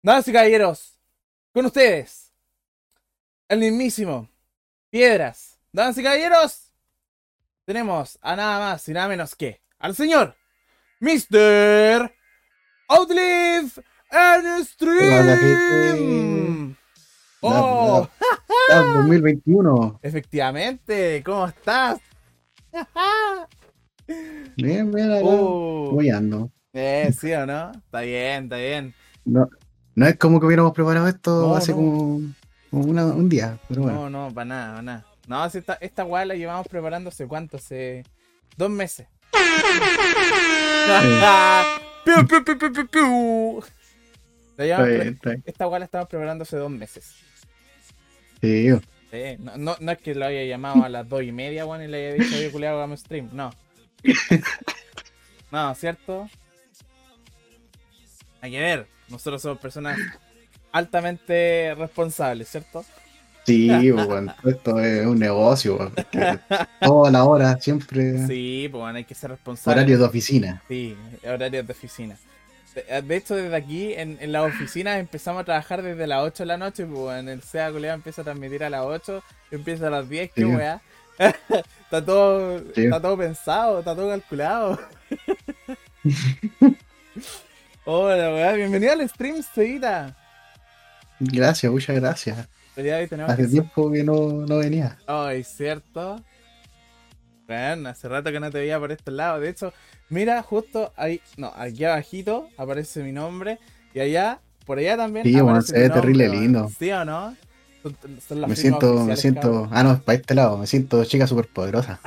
Damas y caballeros, con ustedes, el mismísimo Piedras. Damas y caballeros, tenemos a nada más y nada menos que al señor Mr. Outlive and Hola, gente. Stream. La, Oh, la, la 2021. efectivamente, ¿cómo estás? Bien, bien acá. Uh, Voy ando. sí o no, está bien, está bien. No, no es como que hubiéramos preparado esto No, hace no, como un día, pero bueno. no, para nada, para nada. No, si esta weá la llevamos preparando hace cuánto, hace 2 meses. Eh, Piu, piu, piu, piu, piu, piu. está bien, está bien. Esta weá la estamos preparando hace 2 meses. Sí, No es que lo haya llamado a las 2:30, weón, y le haya dicho, oye, culiao, hagamos stream. No, no, ¿cierto? Hay que ver. Nosotros somos personas altamente responsables, ¿cierto? sí, pues, bueno, esto es un negocio, pues, porque toda la hora, siempre Sí, pues bueno, hay que ser horario responsables. de oficina. Sí, horarios de oficina. De hecho, desde aquí, en las oficinas, empezamos a trabajar desde las 8 de la noche, pues en el SEA Colega empieza a transmitir a las 8, empieza a las 10, qué Sí, weá. Está sí. todo pensado, está todo calculado. Hola, weá, bienvenido al stream, Seguita. Gracias, muchas gracias. El día de hoy tenemos que Hace hacer. tiempo que no venía. Ay, ¿cierto? Bueno, hace rato que no te veía por este lado. De hecho, mira, justo ahí, no, aquí abajito aparece mi nombre. Y allá, por allá también Sí, bueno, aparece se tu ve nombre, terrible weón. lindo. ¿Sí o no? Son las Me firmas siento, me oficiales, cabrón. siento. Ah, no, es para este lado. Me siento chica súper poderosa.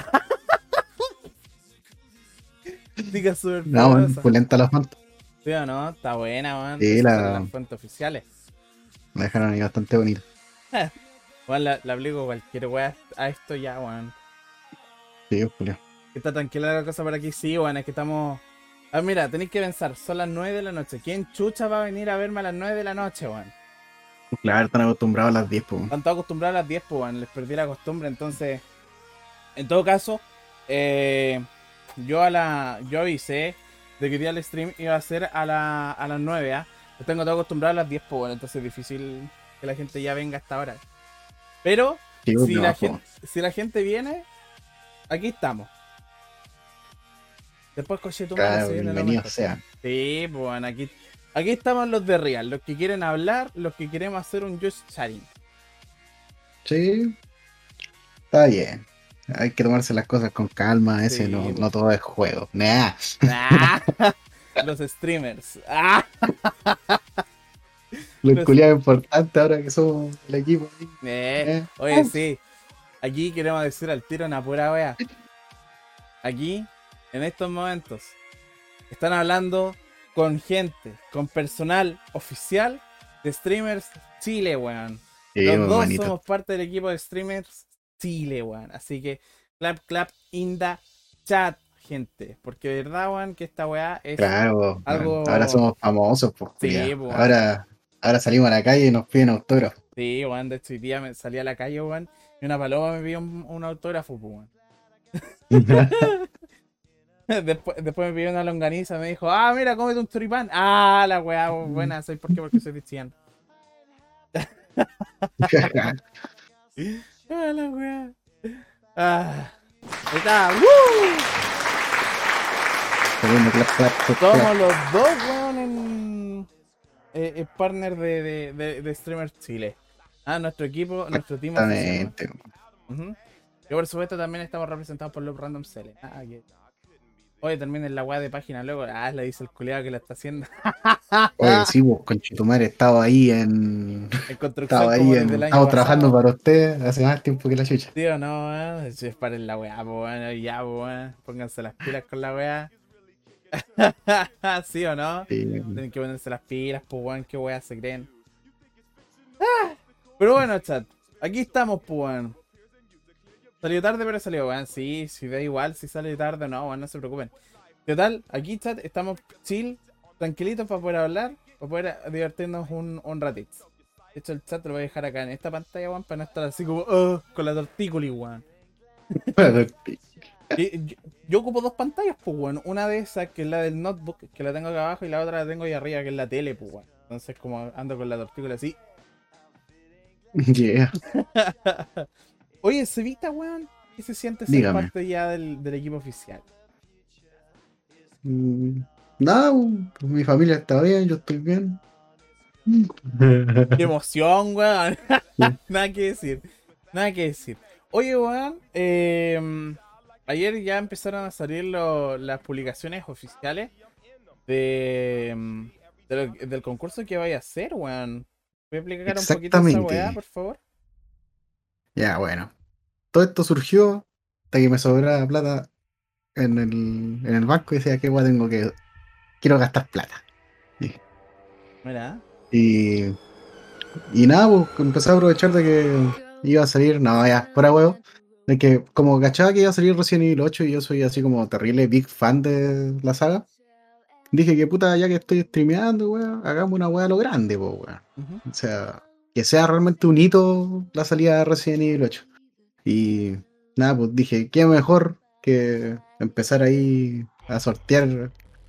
Diga súper No, bueno, poderosa. pulenta la fanta. ¿Sí o no? Está buena, weón. Sí, Esas son las la fuentes oficiales. me dejaron ahí bastante bonito. Weón, la aplico cualquier weá a esto ya, weón. Sí, Julio. Está tranquila la cosa por aquí, sí, weón. Es que estamos. Ah, mira, tenéis que pensar, son las 9 de la noche. ¿Quién chucha va a venir a verme a las 9 de la noche, weón? Claro, están acostumbrados a las 10, pues. Están todos acostumbrados a las 10, pues, weón. Les perdí la costumbre, entonces. En todo caso, eh, yo avisé de que el día del stream iba a ser a las 9, ¿ah? Los tengo todo acostumbrado a las 10, pues, bueno, entonces es difícil que la gente ya venga a esta hora. Pero, Sí, pues, no, pues. si la gente viene, aquí estamos. Después, coche tu madre, se Claro, viene lo bienvenidos mejor. sean. Sí, pues, bueno, aquí estamos los de Real, los que quieren hablar, los que queremos hacer un just chatting. Sí, está bien. Hay que tomarse las cosas con calma, ese Sí, no pues. todo es juego. Nah. ¡Ah! Los streamers. ¡Ah! Lo Los culiado importante ahora que somos el equipo. Eh. Oye, sí, aquí queremos decir al tiro una pura wea. Aquí, en estos momentos, están hablando con gente, con personal oficial de Streamers Chile, weón. Sí, Los pues, dos manito. somos parte del equipo de Streamers Chile, weón. Así que, clap, clap, in the chat, gente. Porque de verdad, weón, que esta weá es Claro, bueno, ahora algo. somos famosos, pues, Sí, culiado. weón. Ahora salimos a la calle y nos piden autógrafo. Sí, weón. De hecho, hoy día me salí a la calle, weón. Y una paloma me pidió un autógrafo, pues, weón. Después me pidió una longaniza, me dijo, ah, mira, cómete un choripán. Ah, la weá, buena, ¿sabes por qué? Porque soy cristiano. Ah, la weá. Ah, ahí está. ¡Woo! Segundo, clap, clap, clap, clap. Somos los dos, weón, partner de Streamers Chile. Ah, nuestro equipo, nuestro team oficial, weón. Exactamente. Ujú. Y por supuesto también estamos representados por los Random CL. Oye, terminen la weá de página luego. Ah, le dice el culiado que la está haciendo. Oye, sí, pues, conchetumare, En construcción como desde el año estamos trabajando pasado. para usted hace más tiempo que la chucha. ¿Sí o no, weón? Si es para la weá, pues bueno, ya, pues weón. Pónganse las pilas con la weá. ¿Sí o no? Sí, Tienen que ponerse las pilas, pues weón, qué weá se creen. Pero bueno, chat, aquí estamos, pues weón. Salió tarde, pero salió, weón. Sí, si da igual si sale tarde o no, weón, no se preocupen. Total, aquí, chat, estamos chill, tranquilitos para poder hablar, para poder divertirnos un ratito. De hecho, el chat lo voy a dejar acá en esta pantalla, weón, para no estar así como, con la tortícula, weón. Yo ocupo dos pantallas, pues, weón. Una de esas, que es la del notebook, que la tengo acá abajo, y la otra la tengo ahí arriba, que es la tele, pues, weón. Entonces, como ando con la tortícola así. Yeah, Oye, Cevita, weón, ¿qué se siente ser dígame. parte ya del equipo oficial? Mm, Nada, mi familia está bien, yo estoy bien. ¡Qué emoción, weón! Sí. Nada que decir, nada que decir. Oye, weón, ayer ya empezaron a salir las publicaciones oficiales de, del concurso que vaya a hacer, weón. ¿Puedes explicar un poquito esa weá, Exactamente. por favor? Ya, bueno. Todo esto surgió hasta que me sobraba plata en el banco y decía que weá tengo que. Quiero gastar plata. Mira, Y, y nada, pues empecé a aprovechar de que iba a salir. No, ya, fuera huevo. De que como cachaba que iba a salir Resident Evil 8 y yo soy así como terrible big fan de la saga. Dije que puta, ya que estoy streameando, weón, hagamos una weá a lo grande, pues, weón. ujú. O sea, que sea realmente un hito la salida de Resident Evil 8. Y nada, pues dije, qué mejor que empezar ahí a sortear.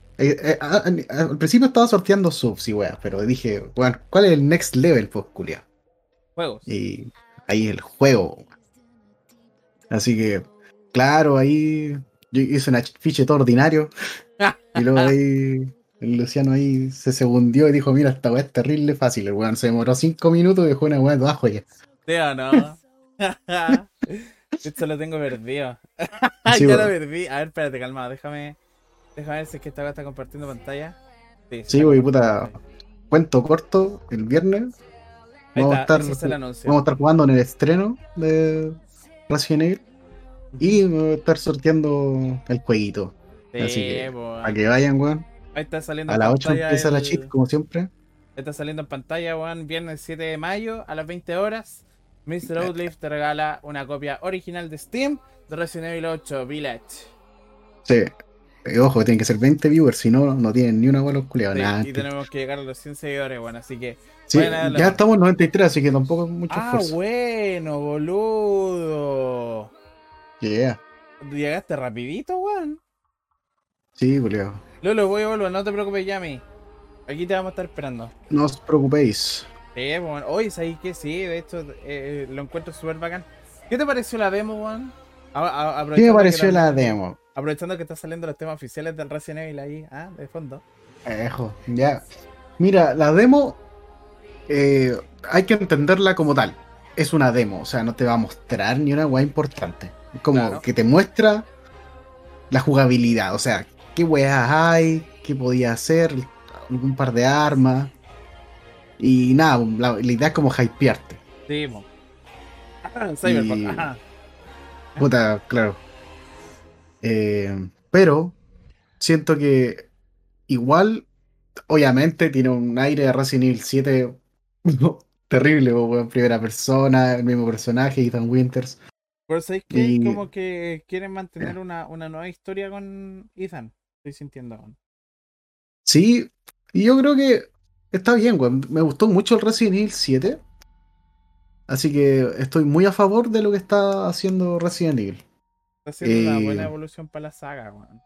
Al principio estaba sorteando subs y weá, pero dije, weón, ¿cuál es el next level, pues, culiao? Juegos. Y ahí el juego. Así que, claro, ahí yo hice una ficha todo ordinario. Y luego ahí el Luciano ahí se segundió y dijo, mira, esta weá es terrible fácil. El weón se demoró 5 minutos y dejó una weá de abajo ya. ¿Sí o no? Esto lo tengo perdido. Sí, Ya lo weón. perdí. A ver, espérate, calma, déjame ver si es que esta weá está compartiendo pantalla. Sí, se Sí, está weón, y compartiendo puta, pantalla. cuento corto, el viernes Ahí vamos a está, estar, ese es el anuncio. vamos a estar jugando en el estreno de Resident Evil Ujú. y me voy a estar sorteando el jueguito. Así Sí, que, para weón. que vayan, weón. Ahí está saliendo A en las 8 pantalla empieza la cheat, como siempre. Está saliendo en pantalla, weón, viernes 7 de mayo a las 20 horas. Mr. Outlive te regala una copia original de Steam de Resident Evil 8 Village. Sí. Ojo, tienen que ser 20 viewers, si no, no tienen ni una bola culiada, Sí, nada. y tenemos que llegar a los 100 seguidores, bueno, así que Sí, vayan a darle ya amor. estamos en 93, así que tampoco es mucho Ah, esfuerzo. bueno, boludo. Yeah. Llegaste rapidito, weón. Sí, culiao. Lolo, voy a volver, no te preocupes, Yami. Aquí te vamos a estar esperando. No os preocupéis. Sí, pues, bueno. Hoy sabéis que sí, de hecho, lo encuentro súper bacán. ¿Qué te pareció la demo, weón? ¿Qué me Aprovechando que pareció la también. demo? Aprovechando que están saliendo los temas oficiales del Resident Evil ahí, de fondo. Ya. Mira, la demo hay que entenderla como tal. Es una demo, o sea, no te va a mostrar ni una weá importante. Es como Claro. que te muestra la jugabilidad, o sea, qué weas hay, qué podía hacer, algún par de armas. Y nada, la idea es como hypearte. Sí, po. Cyberpunk, Y, ajá. puta, claro. Pero siento que igual, obviamente, tiene un aire de Resident Evil 7 terrible, po, weón, primera persona, el mismo personaje, Ethan Winters. Pero sabéis que Y como que quieren mantener una nueva historia con Ethan. Estoy sintiendo, weón. sí, y yo creo que está bien, weón. Me gustó mucho el Resident Evil 7, así que estoy muy a favor de lo que está haciendo Resident Evil. Está haciendo una buena Eh, evolución para la saga, weón.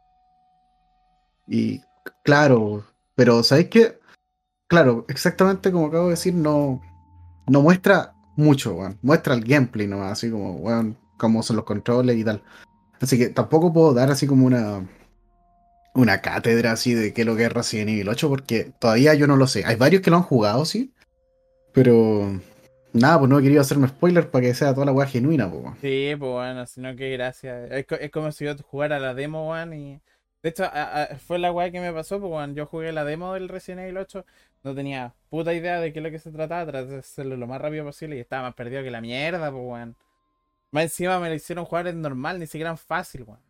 y claro, pero ¿sabéis qué? Claro, exactamente como acabo de decir, no muestra mucho, weón. Muestra el gameplay nomás, así como, weón, cómo son los controles y tal. Así que tampoco puedo dar así como una cátedra así de qué es lo que es Resident Evil 8, porque todavía yo no lo sé. Hay varios que lo han jugado, sí, pero nada, pues no he querido hacerme spoiler para que sea toda la weá genuina, pues, weón. Sí, pues bueno, sino que gracias. Es como si yo jugara la demo, weón, y... De hecho, fue la weá que me pasó, pues weón, yo jugué la demo del Resident Evil 8, no tenía puta idea de qué es lo que se trataba, traté de hacerlo lo más rápido posible y estaba más perdido que la mierda, pues weón. Más encima me lo hicieron jugar en normal, ni siquiera en fácil, weón.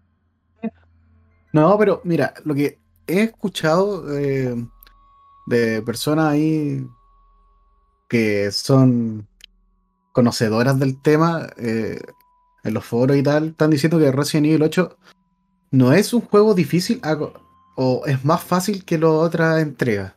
No, pero mira, lo que he escuchado de personas ahí que son conocedoras del tema, en los foros y tal, están diciendo que Resident Evil 8 no es un juego difícil o es más fácil que las otras entregas.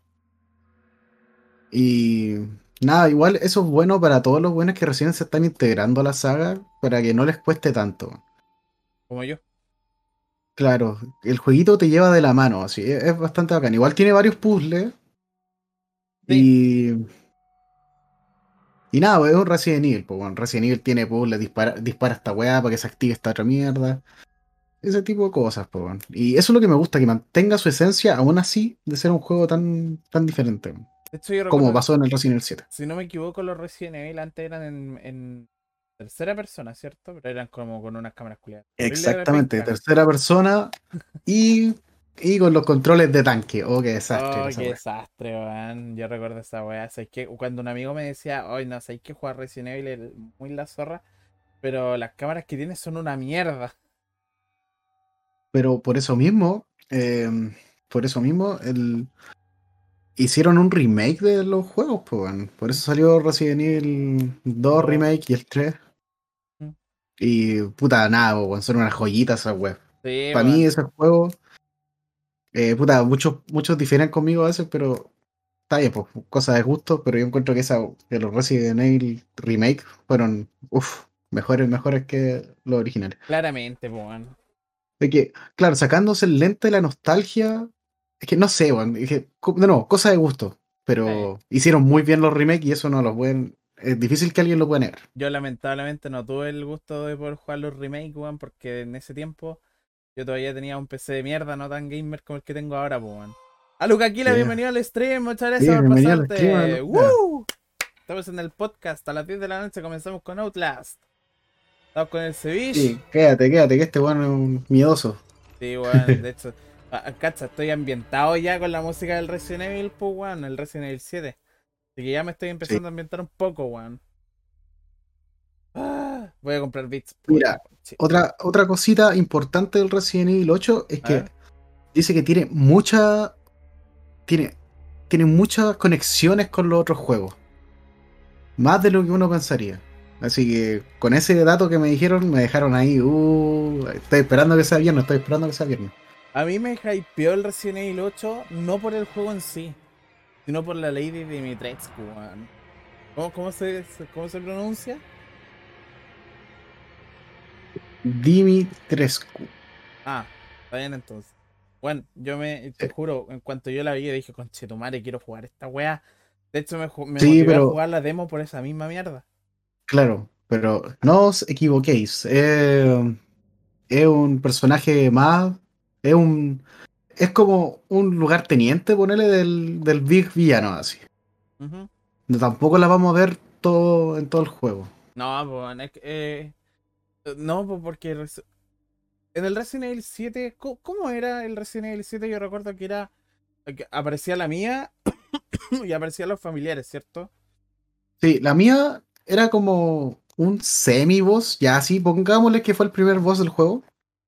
Y nada, igual eso es bueno para todos los buenos que recién se están integrando a la saga para que no les cueste tanto. Como yo. Claro, el jueguito te lleva de la mano, así, es bastante bacán. Igual tiene varios puzzles, Sí, Y, y nada, pues, es un Resident Evil, pues bueno, Resident Evil tiene puzzles, dispara esta weá para que se active esta otra mierda. Ese tipo de cosas, pues bueno. Y eso es lo que me gusta, que mantenga su esencia aún así de ser un juego tan diferente, de hecho yo como recuerdo, pasó en el Resident Evil 7. si no me equivoco, los Resident Evil antes eran en tercera persona, ¿cierto? Pero eran como con unas cámaras culiadas. Horrible de Exactamente, penca. tercera persona y, y con los controles de tanque. Oh, qué desastre Oh, era esa qué weá. desastre, weón. Yo recuerdo esa weá. ¿Sabes qué? Cuando un amigo me decía, hoy no, sabéis que jugar Resident Evil es muy la zorra, pero las cámaras que tiene son una mierda. Pero por eso mismo, hicieron un remake de los juegos, pues, weón. Por eso salió Resident Evil 2 Dos. Remake y el 3. Mm. Y puta, nada, pues, weón, son unas joyitas esas weas. Sí, Para mí weón. esos juegos, puta, muchos difieren conmigo a veces, pero está bien, pues, cosa de gusto, pero yo encuentro que los Resident Evil Remake fueron, mejores que los originales. Claramente, weón. De que, claro, sacándose el lente de la nostalgia, es que no sé, weón, es que, de nuevo, cosa de gusto, Sí. pero hicieron muy bien los remakes y eso no los pueden, es difícil que alguien lo pueda negar. Yo lamentablemente no tuve el gusto de poder jugar los remakes, weón, porque en ese tiempo yo todavía tenía un PC de mierda, no tan gamer como el que tengo ahora, pues, weón. A Luca Aquila, Sí, bienvenido al stream, muchas sí, gracias por bienvenido al stream, pasarte. ya. ¡Woo! Estamos en el podcast, a las 10 de la noche comenzamos con Outlast. Estamos con el Ceviche. Sí, quédate, que este weón es un miedoso. Sí, weón, de hecho, cacha, estoy ambientado ya con la música del Resident Evil, pues, weón, el Resident Evil 7. Así que ya me estoy Sí. empezando a ambientar un poco, weón. Voy a comprar Beats, pues, Mira, sí. otra cosita importante del Resident Evil 8 es A que ver. dice que tiene, tiene muchas conexiones con los otros juegos. Más de lo que uno pensaría. Así que con ese dato que me dijeron, me dejaron ahí. Estoy esperando que sea viernes, estoy esperando que sea viernes. A mí me hypeó el Resident Evil 8 no por el juego en sí, sino por la Lady Dimitrescu, weón. ¿Cómo se pronuncia? Dimitrescu. Ah, está bien entonces. Bueno, te Sí, juro, en cuanto yo la vi, dije, conchetumare, quiero jugar esta weá. De hecho, me sí, motivé a pero jugar la demo por esa misma mierda. claro, pero no os equivoquéis. Es un personaje más. Es un. Es como un lugarteniente, ponele, del Big Villano, así. Ujú. No, tampoco la vamos a ver todo en todo el juego. No, pues, no, pues porque en el Resident Evil 7, ¿cómo era el Resident Evil 7? Yo recuerdo que era, que aparecía la mía y aparecían los familiares, ¿cierto? Sí, la mía era como un semi-boss, ya así, pongámosle que fue el primer boss del juego.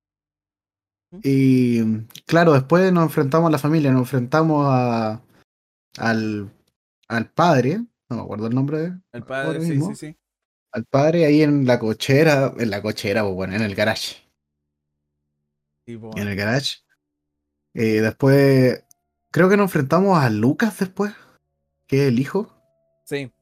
Y claro, después nos enfrentamos a la familia, nos enfrentamos al, al padre, no me acuerdo el nombre El ahora padre, sí, sí, mismo, sí. al padre ahí en la cochera, pues bueno, en el garage. Sí, pues, En bueno. el garage. Después, creo que nos enfrentamos a Lucas después, que es el hijo. Sí,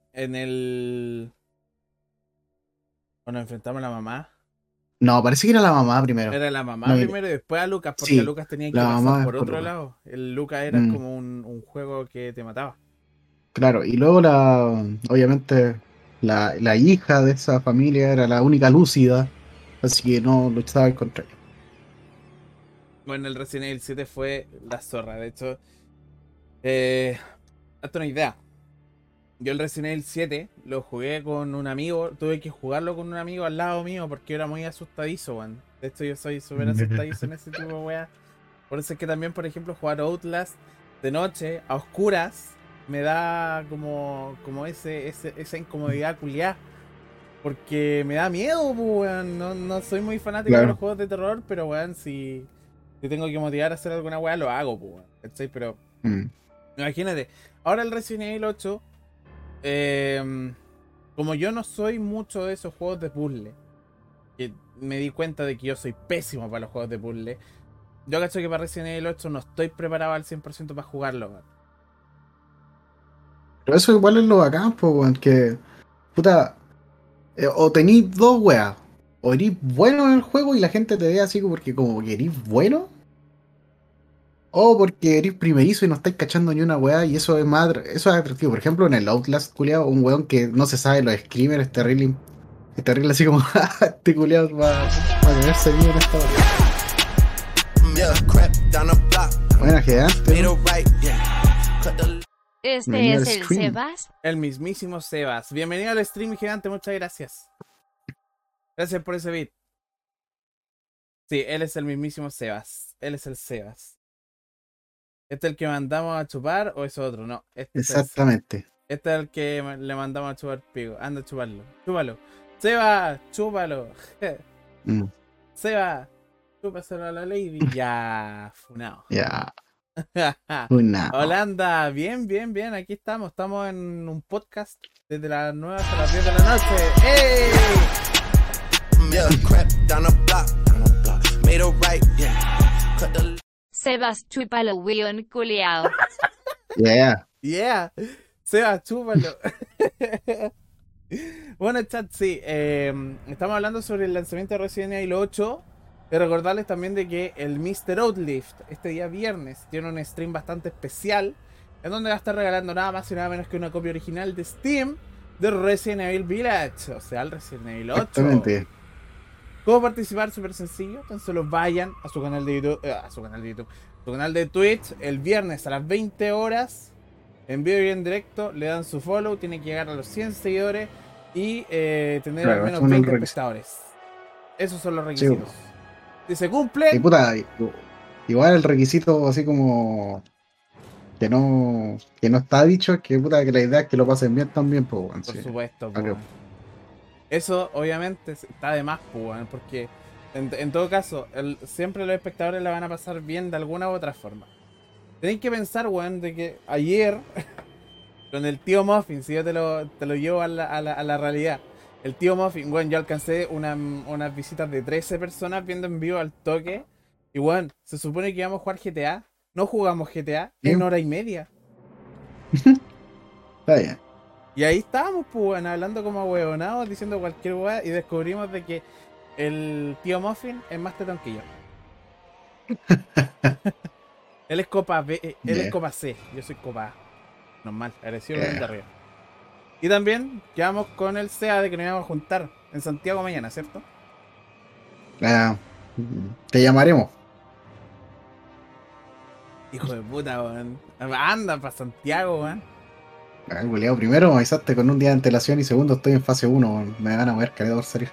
cuando enfrentamos a la mamá. No, parece que era la mamá primero. Era la mamá No, primero y después a Lucas, porque a sí, Lucas tenían la que pasar mamá por después otro Lucas. lado. El Lucas era Mm, como un juego que te mataba. claro, y luego obviamente, la hija de esa familia era la única lúcida, así que no luchaba en contra ella. Bueno, el Resident Evil 7 fue la zorra. De hecho, eh, hazte una idea. Yo el Resident Evil 7 lo jugué con un amigo. Tuve que jugarlo con un amigo al lado mío porque era muy asustadizo, weón. De hecho, yo soy súper asustadizo en ese tipo de weas. Por eso es que también, por ejemplo, jugar Outlast de noche, a oscuras, me da como esa incomodidad culiada. Porque me da miedo, pues, weón. No soy muy fanático de los Claro. juegos de terror, pero, weón, si tengo que motivar a hacer alguna weá, lo hago, pues, weón. ¿Cachai? Pero Mm. imagínate, ahora el Resident Evil 8, como yo no soy mucho de esos juegos de puzzle, que me di cuenta de que yo soy pésimo para los juegos de puzzle, yo cacho que para Resident Evil 8 no estoy preparado al 100% para jugarlo, weón. Pero eso igual es lo bacán, pues, weón, que, puta, o tenís dos weas, o eres bueno en el juego y la gente te ve así porque como que eres bueno, O porque eres primerizo y no estáis cachando ni una weá, y eso es más eso es atractivo. Por ejemplo, en el Outlast, culiao, un weón que no se sabe los screamers, es terrible así como, este culiao va a caerse vivo en esta weá. Buena gigante, ¿no? Este Venía el es el Scream. Sebas. El mismísimo Sebas. Bienvenido al stream gigante, muchas gracias. Gracias por ese beat. Sí, él es el mismísimo Sebas. Él es el Sebas. ¿Este es el que mandamos a chupar o es otro? No, este es el Sebas. Exactamente. Este es el que le mandamos a chupar pico. Anda a chuparlo. Chúpalo. Seba, chúpalo. Mm, Seba, chúpaselo a la lady. Ya, funado. ya. Una. Holanda, bien, bien, bien. Aquí estamos. Estamos en un podcast desde las 9 hasta las 10 de la noche. ¡Ey! Sebas chúpalo weón culiao. Yeah. Yeah, Seba, chúpalo. Bueno, chat, sí. Estamos hablando sobre el lanzamiento de Resident Evil 8. Y recordarles también de que el Mr. Outlift, este día viernes, tiene un stream bastante especial. En donde va a estar regalando nada más y nada menos que una copia original de Steam de Resident Evil Village. O sea, el Resident Evil 8. Exactamente. ¿Cómo participar? Súper sencillo. Tan solo vayan a su canal de YouTube, su canal de Twitch el viernes a las 20 horas, en vivo y en directo, le dan su follow, tiene que llegar a los 100 seguidores y tener Claro, al menos son el 20 requisito. espectadores. Esos son los Sí, requisitos. Si se y cumplen, puta, igual el requisito así como que no está dicho es que puta que la idea es que lo pasen bien también, pues weón, por sí. supuesto, Ah, pues. Eso obviamente está de más, pues, weón, porque en todo caso, siempre los espectadores la van a pasar bien de alguna u otra forma. Tenéis que pensar, weón, de que ayer, con el tío Muffin, si yo te lo llevo a la realidad, el tío Muffin, weón, yo alcancé unas visitas de 13 personas viendo en vivo al toque. Y, weón, se supone que íbamos a jugar GTA. No jugamos GTA Sí, en hora y media. está bien. Y ahí estábamos, pues, weón, hablando como huevonados, diciendo cualquier weá, y descubrimos de que el tío Muffin es más tetón que yo. Él es copa B, él es Yeah, copa C, yo soy copa A. Normal, agresivo de yeah. arriba. Y también quedamos con el SEA de que nos íbamos a juntar en Santiago mañana, ¿cierto? Ah, te llamaremos. Hijo de puta, weón. Anda para Santiago, weón. Ah, culiao, primero me avisaste con un día de antelación y segundo estoy en fase 1, me van a mover caleta por salir.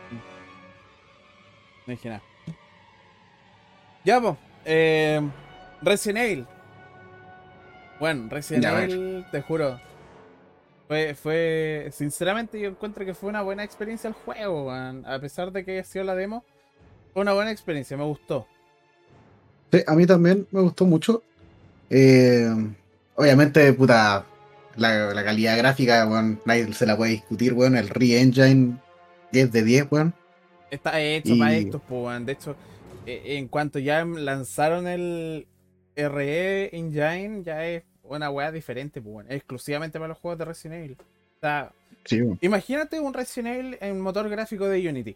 No dije nada. Ya, pues. Resident Evil. Bueno, Resident Ya, a ver. Evil, te juro. Sinceramente, yo encuentro que fue una buena experiencia el juego, weón. A pesar de que haya sido la demo, fue una buena experiencia, me gustó. Sí, a mí también me gustó mucho. Eh, Obviamente, puta, la calidad gráfica, weón, nadie se la puede discutir, weón. El Re-Engine 10 de 10, weón. Está hecho para Y esto, pues, weón. De hecho, en cuanto ya lanzaron el RE Engine, ya es una weá diferente, pues, weón. Es exclusivamente para los juegos de Resident Evil. O sea, sí, weón. imagínate un Resident Evil en motor gráfico de Unity.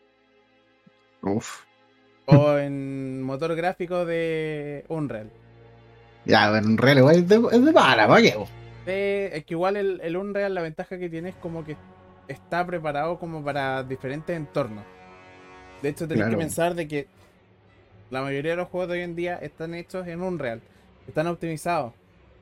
Uf. O en motor gráfico de Unreal. Ya, weón, en realidad, weón, es de para, ¿para qué, weón? Es que igual el Unreal, la ventaja que tiene es como que está preparado como para diferentes entornos. De hecho, tenéis que Claro. pensar de que la mayoría de los juegos de hoy en día están hechos en Unreal. Están optimizados.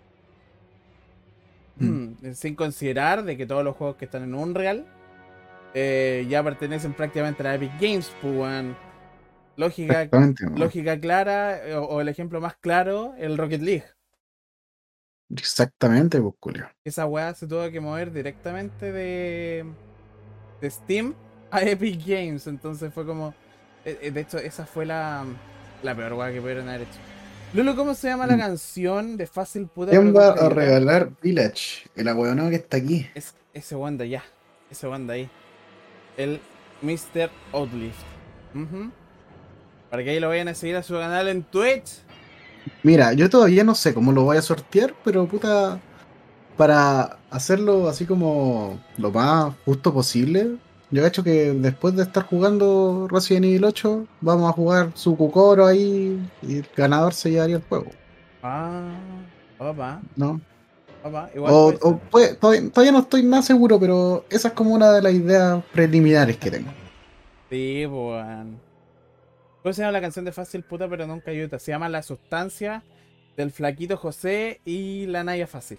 Mm, Sin considerar de que todos los juegos que están en Unreal ya pertenecen prácticamente a la Epic Games, pues, weón. exactamente, weón. Lógica clara, o el ejemplo más claro, el Rocket League. Exactamente, pues, culio. Esa weá se tuvo que mover directamente de Steam a Epic Games. Entonces fue como. De hecho, esa fue la peor weá que pudieron haber hecho. Lulu, ¿cómo se llama la Mm. canción de Fácil Puta pero ¿Quién va a complicada? regalar Village? El ahueonado que está aquí. Es ese Wanda ya. Ese Wanda ahí. El Mr. Outlift. Ujú. Para que ahí lo vayan a seguir a su canal en Twitch. Mira, yo todavía no sé cómo lo voy a sortear, pero puta, para hacerlo así como lo más justo posible, Yo he hecho que después de estar jugando Resident Evil 8, vamos a jugar su Kukoro ahí y el ganador se llevaría el juego, Ah, papá, ¿no? papá, igual puede ser. Todavía no estoy nada seguro, pero esa es como una de las ideas preliminares que tengo. Sí, pues, weón. ¿Cómo se llama la canción de Fácil Puta pero nunca ayuda? Se llama La Sustancia del Flaquito José y la Naya Fácil.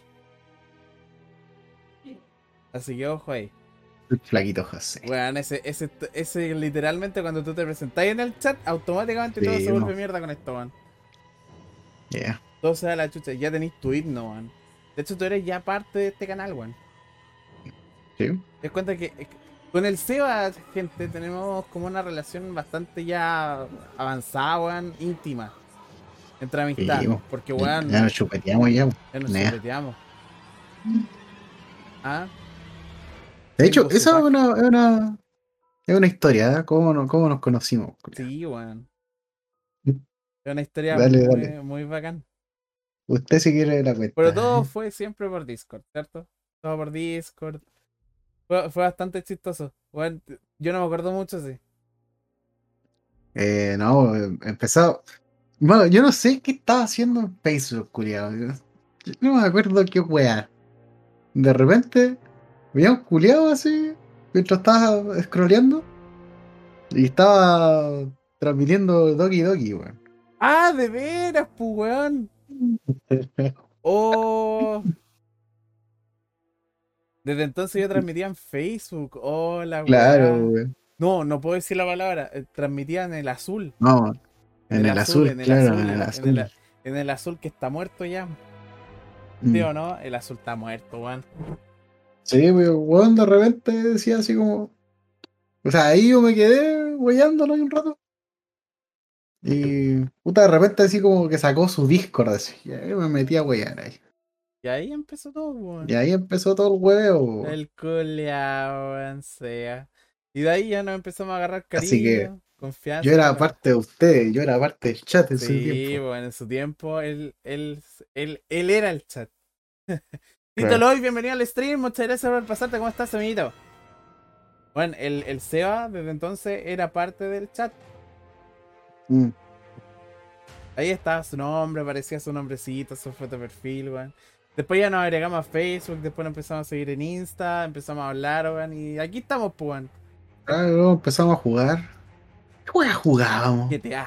Así que ojo ahí. El flaquito José. Weón, ese literalmente cuando tú te presentáis en el chat, automáticamente todo Sí, se vuelve no. mierda con esto, weón. Yeah. Todo se da la chucha, ya tenéis tu himno, weón. De hecho, tú eres ya parte de este canal, weón. Sí. Te das cuenta que con el Seba, gente, tenemos como una relación bastante ya avanzada, weón, íntima. Entre amistad. Sí, po. Porque, Ya weón, nos chupeteamos ya, po. ya nos Nah. chupeteamos. Ah, De el hecho, esa Buzupac. es una historia, ¿eh? Cómo nos conocimos? Culiao? Sí, weón. Es una historia Dale, muy, dale. muy bacán. Usted si quiere la Pero cuenta. todo fue siempre por Discord, ¿cierto? Todo por Discord. Fue bastante chistoso. Bueno, yo no me acuerdo mucho, sí. No, empezó. Bueno, yo no sé qué estaba haciendo en Facebook, culiado. Yo no me acuerdo qué weá. De repente, veía un culiado así, mientras estaba scrolleando, y estaba transmitiendo Doki Doki, weón. ¡Ah, de veras, pues, weón! ¡Oh! Desde entonces yo transmitía en Facebook. ¡Oh, la Claro, weá! weón. No, no puedo decir la palabra. Transmitía en el azul. No, En en el el azul, azul, en el claro, en azul, el azul. en el azul que está muerto ya. ¿Sí Mm. o no? El azul está muerto, weón. Sí, weón, de repente decía así como. O sea, ahí yo me quedé weyándolo ahí un rato. Y puta, de repente así como que sacó su Discord así. Y ahí me metí a weyar ahí. Y ahí empezó todo, Y weón. ahí empezó todo el huevo. El culeado, weón, sea. Y de ahí ya nos empezamos a agarrar Así que cariño, yo confianza y toda era la weá. parte de ustedes, yo era parte del chat en su Sí, tiempo. bueno, en su tiempo él era el chat. Tito Claro. Loy, bienvenido al stream, muchas gracias por pasarte, ¿cómo estás, amiguito? Bueno, el Seba desde entonces era parte del chat. Mm. Ahí estaba su nombre, aparecía su nombrecito, su foto de perfil, weón. Después ya nos agregamos a Facebook, después nos empezamos a seguir en Insta, empezamos a hablar, weón, y aquí estamos, pues, weón. Luego empezamos a jugar. ¿Qué juega jugábamos? GTA.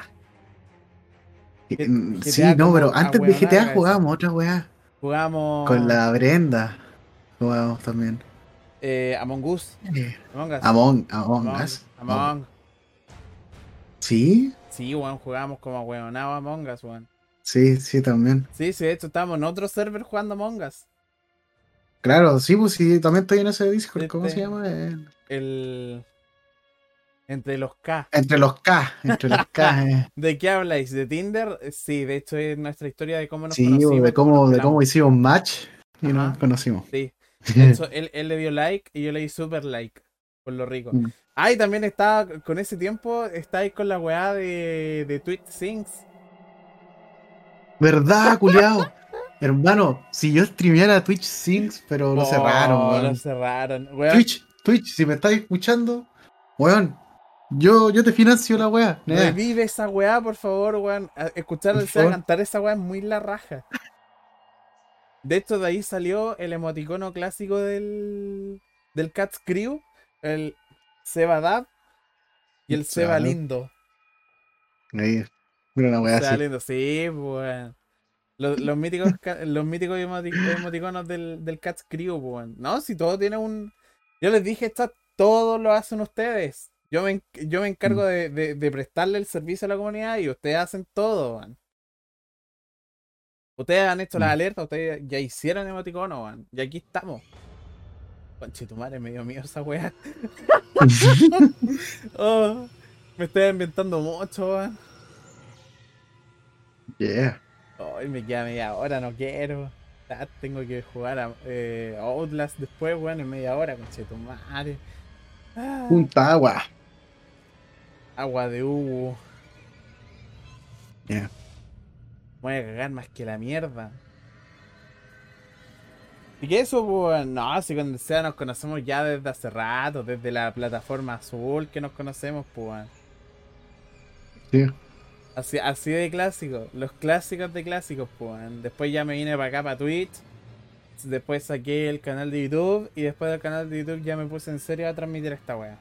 Sí, GTA no, como pero a antes de huevonar la GTA cabeza. jugábamos otra weá. Con Jugamos la Brenda jugábamos también. Among Us. Eh, Among Us. Among Among. Us. No. Among. Sí, Sí, weón, jugamos como a huevonao Among Us, weón. sí, sí, también. Sí, sí, de hecho estábamos en otro server jugando Among Us. Claro, sí, pues sí, también estoy en ese Discord. ¿Cómo se Este, llama? el. Entre los K. Entre los K, entre los K. ¿De qué habláis? ¿De Tinder? Sí, de hecho es nuestra historia de cómo nos Sí, pues, conocimos y cómo nos de cómo pelamos. hicimos match y nos Ajá, conocimos. sí. De hecho, él le dio like y yo le di super like. Por lo rico. Mm. Ah, y también estaba, con ese tiempo, estáis con la weá de Twitch Sings. ¿Verdad, culiao? Hermano, si yo streameara Twitch Sings, pero lo cerraron, Oh, lo weón. cerraron. Weón, Twitch, si me estás escuchando, weón, yo te financio la weá, nea, revive esa weá, por favor, weón. Escuchar por al Seba favor. cantar esa weá es muy la raja. De hecho, de ahí salió el emoticono clásico del Cats Crew, el Seba Dab y el Seba Claro, Lindo. ahí, mira una El weá Seba así. Lindo, sí, weón. Los míticos, los míticos emoticonos del Cats Crew, weón. No, si todo tiene un. Yo les dije, todo lo hacen ustedes. Yo me encargo Mm, de prestarle el servicio a la comunidad y ustedes hacen todo, weón. Ustedes han hecho las mm. alertas, ustedes ya hicieron emoticono, weón. Y aquí estamos. Conchetumare, medio mío esa weá. Oh, me estoy inventando mucho, weón. Yeah. Hoy me queda media hora, no quiero. Tengo que jugar a Outlast después, weón, en media hora, conchetumare. Ah, Punta agua. agua de Hugo. Yeah. Voy a cagar más que la mierda. Y que eso, pues, no, si con el SEA nos conocemos ya desde hace rato, desde la plataforma azul que nos conocemos, pues. Sí, Así de clásicos, los clásicos de clásicos, pues. Después ya me vine para acá, para Twitch. Después saqué el canal de YouTube. Y después del canal de YouTube ya me puse en serio a transmitir esta wea.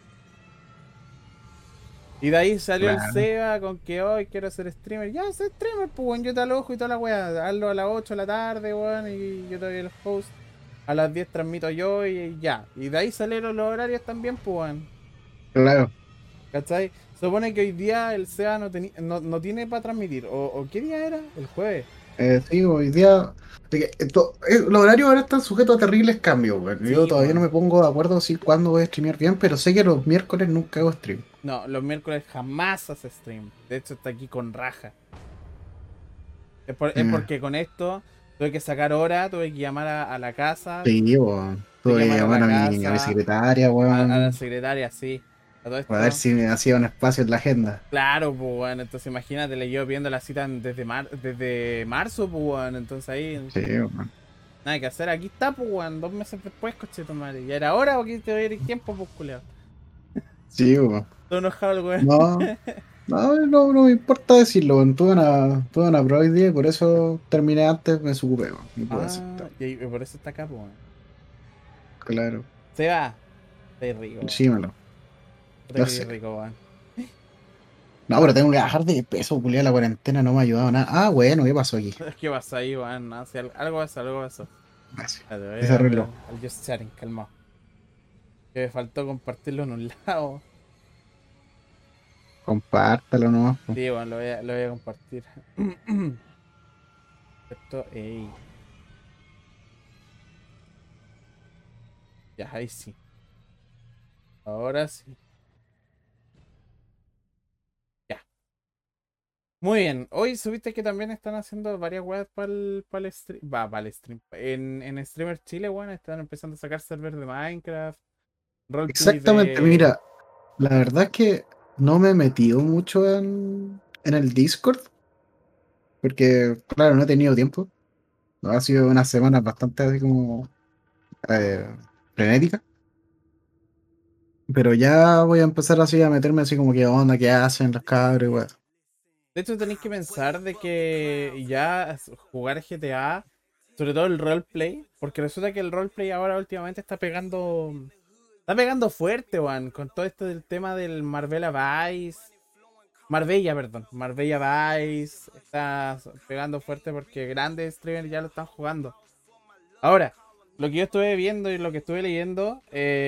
Y de ahí salió el claro. Seba con que hoy quiero ser streamer. Ya, soy streamer, pues, weón, yo te alojo y toda la wea. Hazlo a las 8 de la tarde, weón, y yo te doy el host. A las 10 transmito yo y ya. Y de ahí salieron los horarios también, pues, weón. Claro. ¿Cachai? Supone que hoy día el SEA no tiene para transmitir. ¿O qué día era? El jueves. Sí, hoy día. Los horarios ahora están sujetos a terribles cambios, weón. Yo Sí, todavía no weón. me pongo de acuerdo si cuándo voy a streamear bien, pero sé que los miércoles nunca hago stream. No, los miércoles jamás hace stream. De hecho, está aquí con raja. Es Eh, porque con esto tuve que sacar hora, tuve que llamar a la casa, sí, weón. tuve que Tuve que llamar a llamar la a mi casa, secretaria, a la weón, secretaria, sí. A todo para ver esto. si me hacía un espacio en la agenda. Claro, pues, bueno, entonces imagínate, le llevo viendo la cita desde marzo, pues, bueno, entonces ahí Sí, weón. nada que hacer. Aquí está, pues, bueno, 2 meses después, coche tu madre. ¿Ya era hora o que te voy a ir tiempo, pues, culiao? Sí, weón. Todo enojado el weón. No, no me importa decirlo, weón. Tuve una prueba hoy día y por eso terminé antes, me desocupé, weón. No puedo Ah, aceptar. y por eso está acá, pues, bueno. Claro. Se va. Está rico, weón. Sí, me lo Está sé. rico, weón. No, pero tengo que bajar de peso, culiao, la cuarentena no me ha ayudado nada. Ah, bueno, ¿qué pasó aquí? ¿Qué pasó ahí, weón? No, si algo pasó, algo pasó. Gracias. Espérate, voy a ver Desarreglo. al Just Chatting, calmado. Que me faltó compartirlo en un lado. Compártalo nomás, po. Sí, bueno, lo voy a compartir. Esto, ey. Ya, ahí sí. Ahora sí. Ya. Muy bien. Hoy subiste que también están haciendo varias weas para el stream. Va, para el stream. En Streamer Chile, bueno, están empezando a sacar servers de Minecraft, roleplay Exactamente, de. mira, la verdad es que no me he metido mucho en el Discord, porque, claro, no he tenido tiempo. Ha sido unas semanas bastante así como eh, frenéticas, pero ya voy a empezar así a meterme así como qué onda, qué hacen los cabros, weón. De hecho, tenéis que pensar de que ya jugar GTA, sobre todo el roleplay, porque resulta que el roleplay ahora últimamente está pegando fuerte, weón, con todo esto del tema del Marbella, perdón, Marbella Vice, está pegando fuerte porque grandes streamers ya lo están jugando. Ahora, lo que yo estuve viendo y lo que estuve leyendo,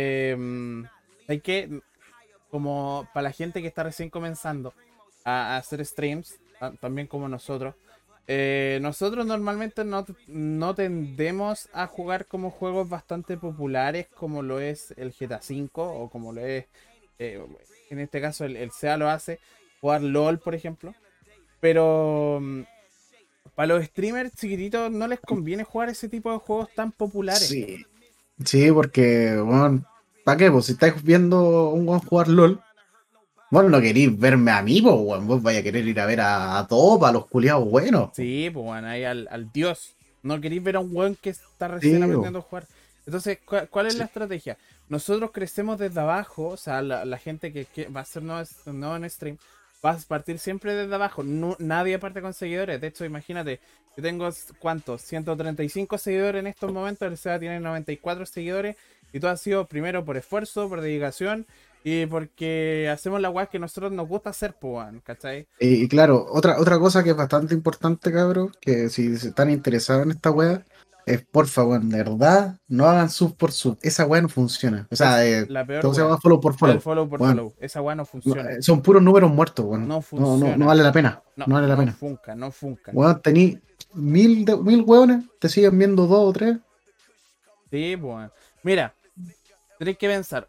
hay que, como para la gente que está recién comenzando a hacer streams, también como nosotros, nosotros normalmente no tendemos a jugar como juegos bastante populares como lo es el GTA V o como lo es, eh, en este caso el SEA lo hace, jugar LOL por ejemplo, pero para los streamers chiquititos no les conviene jugar ese tipo de juegos tan populares. Sí, sí, porque, bueno, ¿para qué? Pues si estáis viendo a un weón jugar LOL, vos no queréis verme a mí, pues, weón, vos vais a querer ir a ver a todos, a los culiados buenos, po. Sí, pues bueno, ahí al dios. No queréis ver a un weón que está recién Sí, po. aprendiendo a jugar. Entonces, ¿cuál es la Sí, estrategia? Nosotros crecemos desde abajo, o sea, la gente que va a ser nuevo en stream, va a partir siempre desde abajo. Nadie parte con seguidores. De hecho, imagínate, yo tengo, ¿cuántos? 135 seguidores en estos momentos, el SEA tiene 94 seguidores, y todo ha sido primero por esfuerzo, por dedicación, y porque hacemos la weá que nosotros nos gusta hacer, pues, weón, ¿cachai? y claro, otra cosa que es bastante importante, cabrón, que si se están interesados en esta wea, es porfa, weón, de verdad, no hagan sub por sub. Esa wea no funciona. O sea, Es la peor todo se llama weá. follow por El follow. follow por Weón, follow. Esa weá no funciona. son puros números muertos, weón. No No funciona. vale la pena. No, No vale la no pena. funca, no funca. Weón, tení mil weones, te siguen viendo dos o tres. Sí, pues. Mira, tenéis que pensar.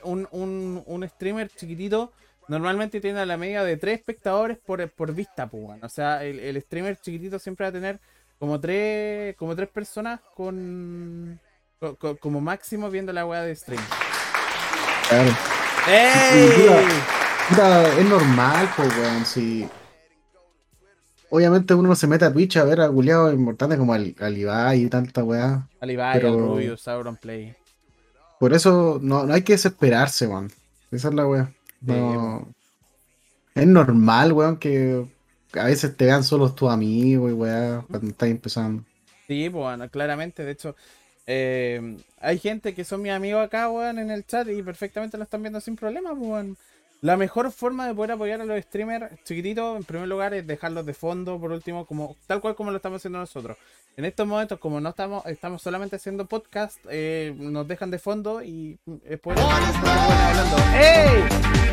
Un streamer chiquitito normalmente tiene la media de 3 espectadores por vista, pues, weón. O sea, el streamer chiquitito siempre va a tener como tres personas como máximo viendo la weá de stream. Claro. Y ¡Ey! puta, es normal, pues, weón, si obviamente uno se mete a Twitch a ver a culiados importantes como al Ibai y tanta weá. Al Ibai, al Pero Rubius, Sauron Play. por eso no hay que desesperarse, weón. Esa es la weá. Sí, po. No, es normal, weón, que a veces te vean solo tus amigos y weá cuando estás empezando. Sí, pues, bueno, claramente. De hecho, hay gente que son mis amigos acá, weón, en el chat y perfectamente lo están viendo sin problema, pues, weón. La mejor forma de poder apoyar a los streamers chiquititos, en primer lugar, es dejarlos de fondo, por último, como tal cual como lo estamos haciendo nosotros. En estos momentos, como no estamos solamente haciendo podcast, nos dejan de fondo y después hablando. ¡Ey!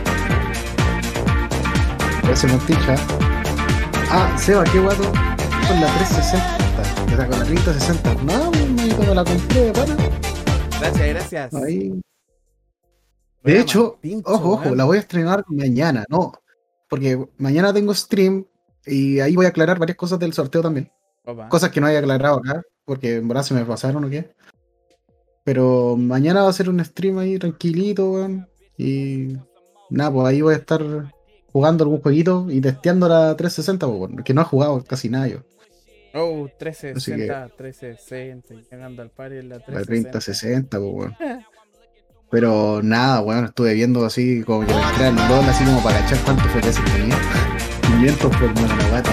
Ese Monticha. Ah, Seba, qué guato. Con la 360. O sea, con la 3060. No, me la compré, bueno. Gracias. Ahí. De Buena, hecho, Martincho, ojo, weón. la voy a estrenar mañana, ¿no? Porque mañana tengo stream y ahí voy a aclarar varias cosas del sorteo también. Opa. Cosas que no haya aclarado acá, porque en verdad se me pasaron o qué. Pero mañana va a ser un stream ahí tranquilito, weón. Y nada, pues ahí voy a estar jugando algún jueguito y testeando la 360, pues, weón, que no ha jugado casi nada yo. Oh, Así que 1360, llegando al party en la la 360. 3060, pues, weón. Pero nada, weón, estuve viendo así como que me entré al LOL, así como para cachar cuántos FPS tenía. 500 por Mananagata.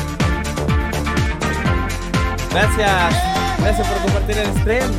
Gracias por compartir el stream.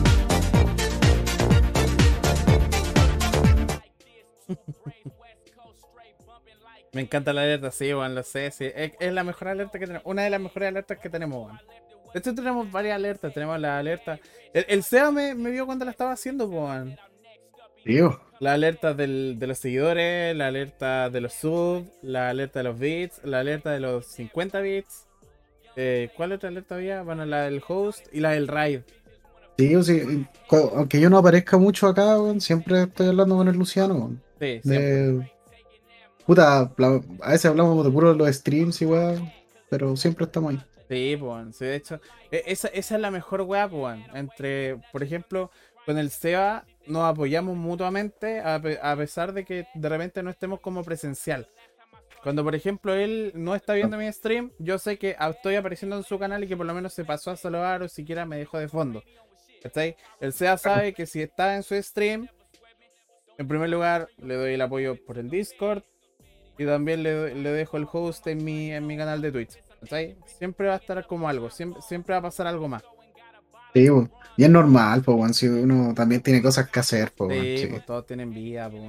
Me encanta la alerta, sí, weón, lo sé, sí. Es la mejor alerta que tenemos, una de las mejores alertas que tenemos, weón. De hecho tenemos varias alertas, tenemos la alerta. El SEA me vio cuando la estaba haciendo, weón. Tío, La alerta de los seguidores, la alerta de los subs, la alerta de los bits, la alerta de los 50 bits. ¿Cuál otra alerta había? Bueno, la del host y la del raid. tío, sí. Aunque yo no aparezca mucho acá, weón, siempre estoy hablando con el Luciano, weón. Sí, siempre. De, puta, a veces hablamos de puro los streams y weón, pero siempre estamos ahí. Sí, pues, sí, de hecho, esa es la mejor weá, pues, entre, por ejemplo, con el SEBA nos apoyamos mutuamente a pesar de que de repente no estemos como presencial. Cuando, por ejemplo, él no está viendo mi stream, yo sé que estoy apareciendo en su canal y que por lo menos se pasó a saludar o siquiera me dejó de fondo. ¿Cachai? El SEA sabe que si está en su stream, en primer lugar le doy el apoyo por el Discord y también le dejo el host en mi canal de Twitch. ¿Cachai? Siempre va a estar como algo, siempre va a pasar algo más. Sí, weón. Y es normal, pues, weón, si uno también tiene cosas que hacer, pues, weón, Sí, sí. pues todos tienen vida, pues.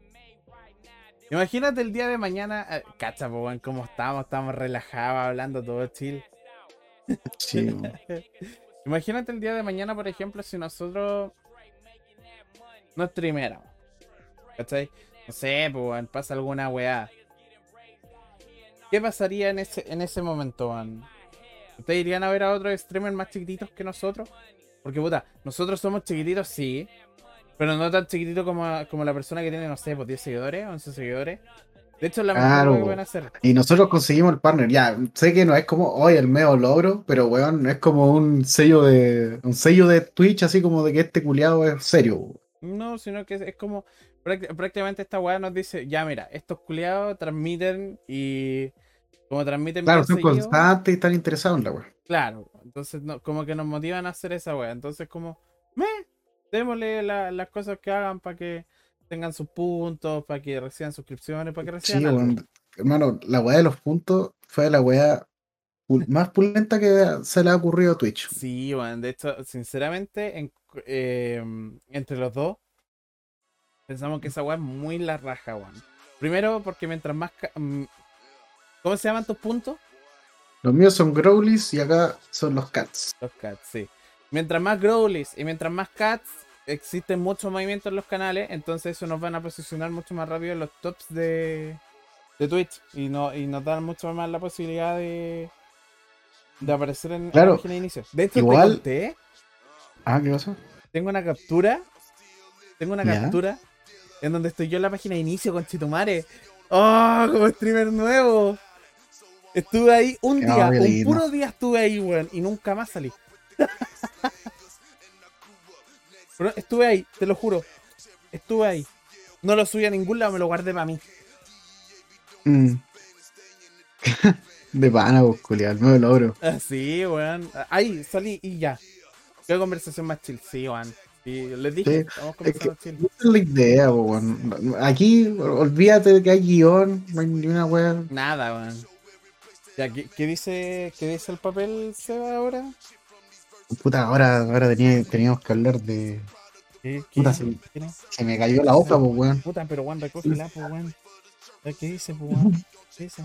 Imagínate el día de mañana, cacha, pues, weón, cómo estamos relajados, hablando todo chill. Sí, weón. Imagínate el día de mañana, por ejemplo, si nosotros no streaméramos, ¿cachai? No sé, pues, weón, pasa alguna weá. ¿Qué pasaría en ese momento, weón? ¿Ustedes irían a ver a otros streamers más chiquititos que nosotros? Porque, puta, nosotros somos chiquititos, sí, pero no tan chiquititos como la persona que tiene, no sé, pues 10 seguidores, 11 seguidores. De hecho, es la mejor Claro, weá que po. pueden hacer. Y nosotros conseguimos el partner. Ya, sé que no es como hoy el medio logro, pero weón, es como un sello de Twitch, así como de que este culiado es serio, po. No, sino que es como prácticamente esta weá nos dice, ya mira, estos culiados transmiten y como transmiten Claro, bien son seguido, constantes y están interesados en la weá. claro, entonces como que nos motivan a hacer esa weá. Entonces como, me, démosle las cosas que hagan para que tengan sus puntos, para que reciban suscripciones, para que reciban Sí, algo. weón. Hermano, la weá de los puntos fue la weá más pulenta que se le ha ocurrido a Twitch. Sí, bueno, de hecho, sinceramente, entre los dos, pensamos que esa weá es muy la raja, weón. Primero, porque mientras más... ¿Cómo se llaman tus puntos? Los míos son Growlies y acá son los Cats. Los cats, sí. Mientras más growlies y mientras más cats, existen muchos movimientos en los canales, entonces eso nos van a posicionar mucho más rápido en los tops de Twitch y nos dan mucho más la posibilidad de aparecer en la Claro, página de inicio. De hecho, te igual. conté, Ah, ¿qué pasó? tengo una captura, tengo una Ya. captura en donde estoy yo en la página de inicio con Chitumare. ¡Oh! Como streamer nuevo. Estuve ahí un No, día, qué un lindo. puro día estuve ahí, weón, y nunca más salí. Pero estuve ahí, te lo juro. Estuve ahí. No lo subí a ningún lado, me lo guardé para mí. Mm. De pana, pues, culiao, el nuevo logro. Sí, weón. Ahí salí y ya. Qué conversación más chill, sí, weón. Y les dije, Sí, estamos es que conversando chill. esa es la idea, po, weón. Aquí, olvídate de que hay guión, no hay ni una wea. Nada, weón. Ya, qué dice el papel, Seba, ahora? Puta, ahora teníamos que hablar de. Puta, ¿Qué? ¿Qué no? se me cayó la hoja, pues, weón. Puta, pero weón, recógela, pues, weón. ¿Qué dice, pues, weón? ¿Qué dice?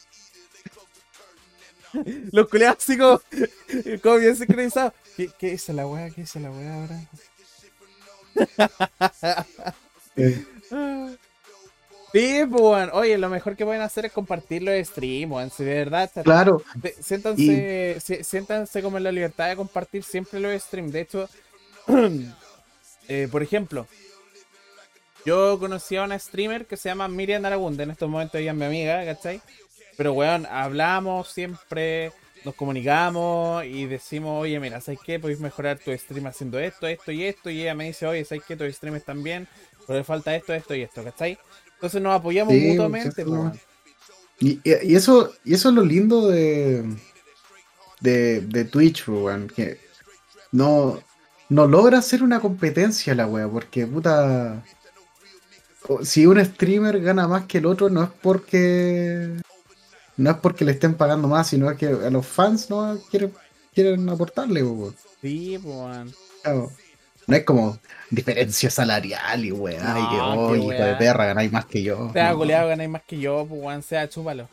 Los culiados así como bien sincronizados. ¿Qué dice la weá? ¿Qué dice la weá ahora? Eh, Sí, pues, weón. Oye, lo mejor que pueden hacer es compartirlo de stream, weón. Si de verdad, claro, y siéntanse como en la libertad de compartir siempre los streams. De hecho, por ejemplo, yo conocí a una streamer que se llama Miriam Aragunda. En estos momentos ella es mi amiga, ¿cachai? Pero, weón, hablamos siempre, nos comunicamos y decimos, oye, mira, ¿sabes qué? Podéis mejorar tu stream haciendo esto, esto y esto. Y ella me dice, oye, ¿sabes qué? Tu stream están bien, pero le falta esto, esto y esto, ¿cachai? Entonces nos apoyamos sí, pues, mutuamente, eso pues, no- weón. y eso es lo lindo de Twitch, pues, weón, que no, no logra ser una competencia la wea, porque puta, si un streamer gana más que el otro, no es porque le estén pagando más, sino que a los fans no quieren aportarle, pues, weón. Sí, pues, weón. Claro. No es como diferencia salarial y weá, y que, No, oh, qué hijo de weá. perra, ganáis más que yo. Sea No. goleado, ganáis más que yo, pues, weón, sea chúpalo.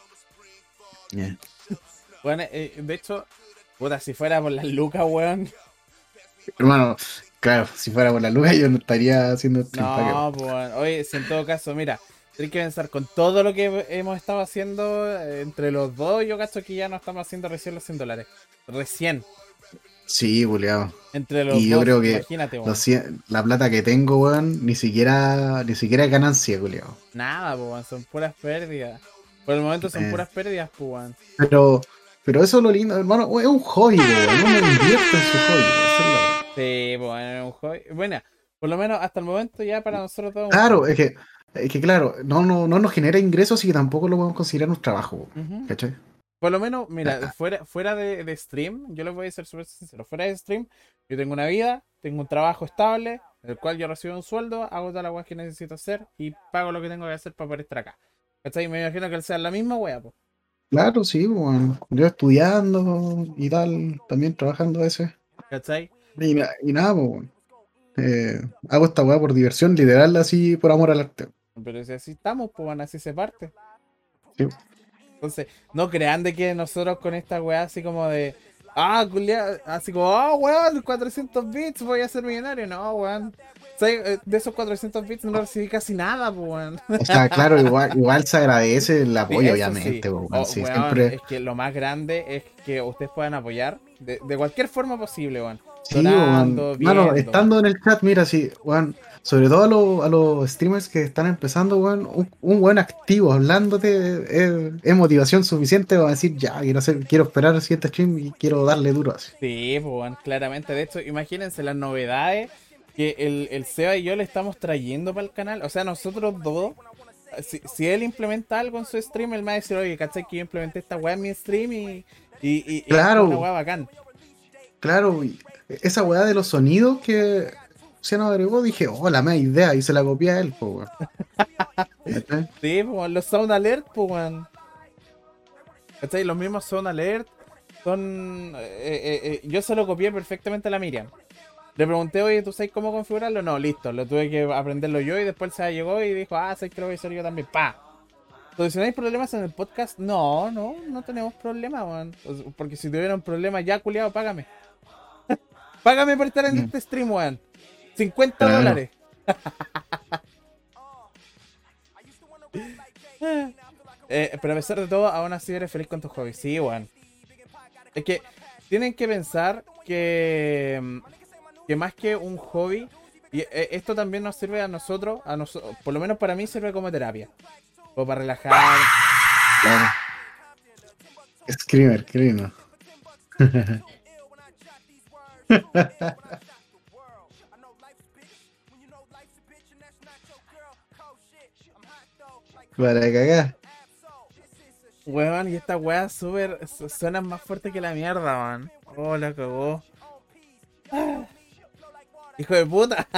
Yeah. Weón, de hecho, puta, si fuera por las lucas, weón. Hermano, claro, si fuera por la luz yo no estaría haciendo stream pa' qué, No, weón. pues, weón. Oye, si en todo caso, mira, tienes que pensar con todo lo que hemos estado haciendo entre los dos, yo cacho que ya no estamos haciendo recién los $100. Recién, Sí, buleado. entre los Y yo dos, creo que imagínate, weón. la plata que tengo, weón, ni siquiera es ganancia, buleado. Nada, pues, weón, son puras pérdidas. Por el momento son Eh, puras pérdidas, pues, weón. pero, pero eso es lo lindo, hermano, es un hobby, weón. Uno invierte en su hobby, weón. Esa es la weón. Sí, pues, weón, es un hobby. Bueno, por lo menos hasta el momento ya para nosotros todo es un Claro, hobby. es que claro, no nos genera ingresos y que tampoco lo podemos considerar un trabajo, weón. Ujú. ¿Cachai? Por lo menos, mira, Ah, fuera de stream, yo les voy a ser súper sincero, fuera de stream, yo tengo una vida, tengo un trabajo estable, en el cual yo recibo un sueldo, hago todas las weas que necesito hacer y pago lo que tengo que hacer para poder estar acá. ¿Cachai? Me imagino que él sea la misma wea, pues. claro, sí, bueno, yo estudiando y tal, también trabajando a veces. ¿Cachai? Y nada, pues, bueno, hago esta weá por diversión, literal, así por amor al arte. Pero si así estamos, pues bueno, así se parte. Sí. Entonces, no crean de que nosotros con esta wea así como de, culiá, así como, weón, 400 bits, voy a ser millonario. No, weón. O sea, de esos 400 bits no recibí casi nada, pues, weón. O sea, claro, igual se agradece el Sí, apoyo, eso sí. obviamente, pues, bueno, sí, Weón, siempre. es que lo más grande es que ustedes puedan apoyar de cualquier forma posible, weón. Sí, bueno, Donando, mano, viendo. estando en el chat, mira, sí, bueno, sobre todo a los streamers que están empezando, weón, un buen activo hablándote es motivación suficiente para decir, ya, quiero esperar el siguiente stream y quiero darle duro así. Sí, pues, weón, claramente. De hecho, imagínense las novedades que el Seba y yo le estamos trayendo para el canal. O sea, nosotros dos, si él implementa algo en su stream, él me va a decir, oye, ¿cachai? Que yo implementé esta weá en mi stream y es como una Claro, weá bacán. claro, y esa weá de los sonidos que se nos agregó, dije, oh, la mea idea, y se la copié a él, pues, weón. ¿Cachai? Sí, pues, los sound alert, pues, weón. ¿Cachai? Los mismos sound alert son. Yo se lo copié perfectamente a la Miriam. Le pregunté, oye, ¿tú sabes cómo configurarlo? No, listo, lo tuve que aprenderlo yo y después se llegó y dijo, ¿sabes que lo voy a hacer yo también? ¡Pa! ¿Solucionáis problemas en el podcast? No tenemos problemas, weón. Porque si tuvieran problemas, ya, culiado, págame. Págame por estar en Mm, este stream, weón. 50 claro. dólares. Pero a pesar de todo, aún así eres feliz con tus hobbies. Sí, weón. Es que tienen que pensar que más que un hobby, y esto también nos sirve a nosotros, por lo menos para mí sirve como terapia. O para relajar. Claro. Screamer. Para cagar. Weón, y esta weá súper. Suena más fuerte que la mierda, man. Oh, la cagó. Hijo de puta.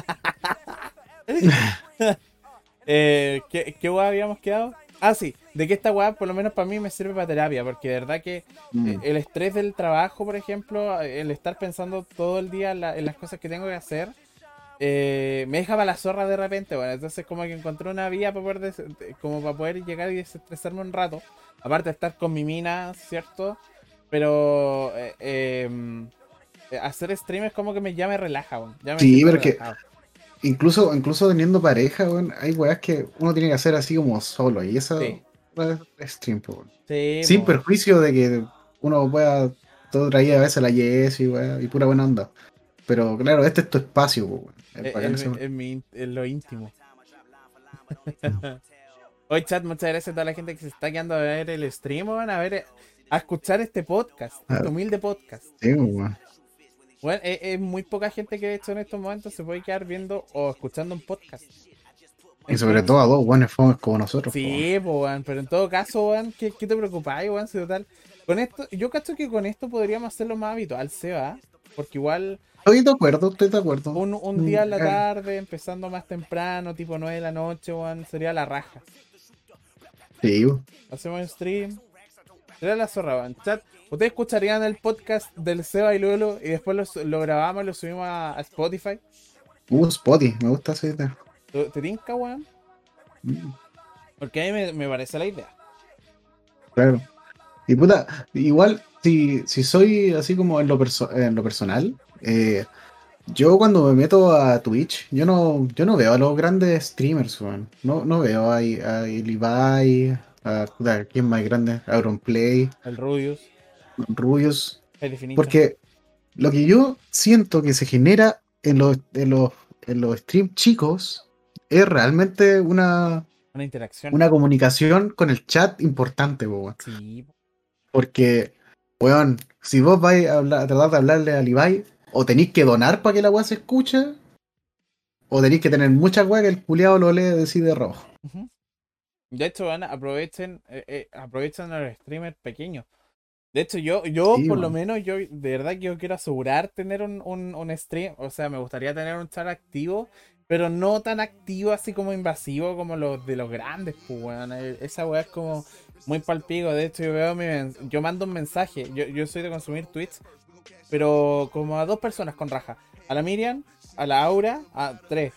¿Qué weá habíamos quedado? Ah, sí, de que esta weá por lo menos para mí me sirve para terapia, porque de verdad que Mm. el estrés del trabajo, por ejemplo, el estar pensando todo el día en las cosas que tengo que hacer, me deja para la zorra de repente, bueno, entonces como que encontré una vía para poder, como para poder llegar y desestresarme un rato, aparte de estar con mi mina, ¿cierto? Pero hacer stream es como que ya me relaja, weón, ya me Sí, siento pero es que relajado. incluso teniendo pareja, weón, hay weas que uno tiene que hacer así como solo. Y Sí, eso es stream, po, weón. sí, Sin pues. perjuicio de que uno pueda todo traer a veces la yes y, wea, y pura buena onda. Pero claro, este es tu espacio, po, weón. Es bacán ese, weón. En lo íntimo. Mm. Hoy, chat, muchas gracias a toda la gente que se está quedando a ver el stream, weón, a escuchar este podcast, este Ah, humilde podcast. sí, weón. Bueno, es muy poca gente que de hecho en estos momentos se puede quedar viendo o escuchando un podcast Y en sobre Twitch. todo a dos buenos fomes como nosotros, po, weón. Sí, pues, weón, pero en todo caso, weón, ¿qué te preocupáis, weón? Si total, con esto, yo cacho que con esto podríamos hacerlo más habitual, se va, porque igual Estoy de acuerdo. un Mm, día en la tarde, empezando más temprano, tipo 9 de la noche, weón, sería la raja. sí, weón. Hacemos un stream. Sería la zorra, weón. Chat, ¿ustedes escucharían el podcast del Seba y Lolo y después lo grabamos y lo subimos a Spotify? Spotty, me gusta esa idea. ¿Te tinca, weón? Mm, Porque a mí me parece la idea. claro. Y puta, igual, si soy así como en lo personal, yo cuando me meto a Twitch, yo no veo a los grandes streamers, weón. No veo a Levi, puta, ¿quién más grande? Auronplay, El Rubius, Rubius. el Definita. Porque lo que yo siento que se genera en los streams chicos es realmente Una interacción. una comunicación con el chat importante, po, weón. Sí. Porque, weón, si vos vais a tratar de hablarle a Levi, o tenéis que donar para que la weá se escuche, o tenéis que tener mucha weá que el culiado lo lee así de rojo. Ujú. De hecho, van, aprovechen a los streamers pequeños. De hecho, yo Sí, por lo weón. menos, yo de verdad que yo quiero asegurar tener un stream, o sea, me gustaría tener un chat activo, pero no tan activo así como invasivo como los de los grandes, pues, weón. Esa weá es como muy palpigo. De hecho, yo mando un mensaje, yo soy de consumir tweets, pero como a dos personas con raja. A la Miriam, a la Aura, a tres,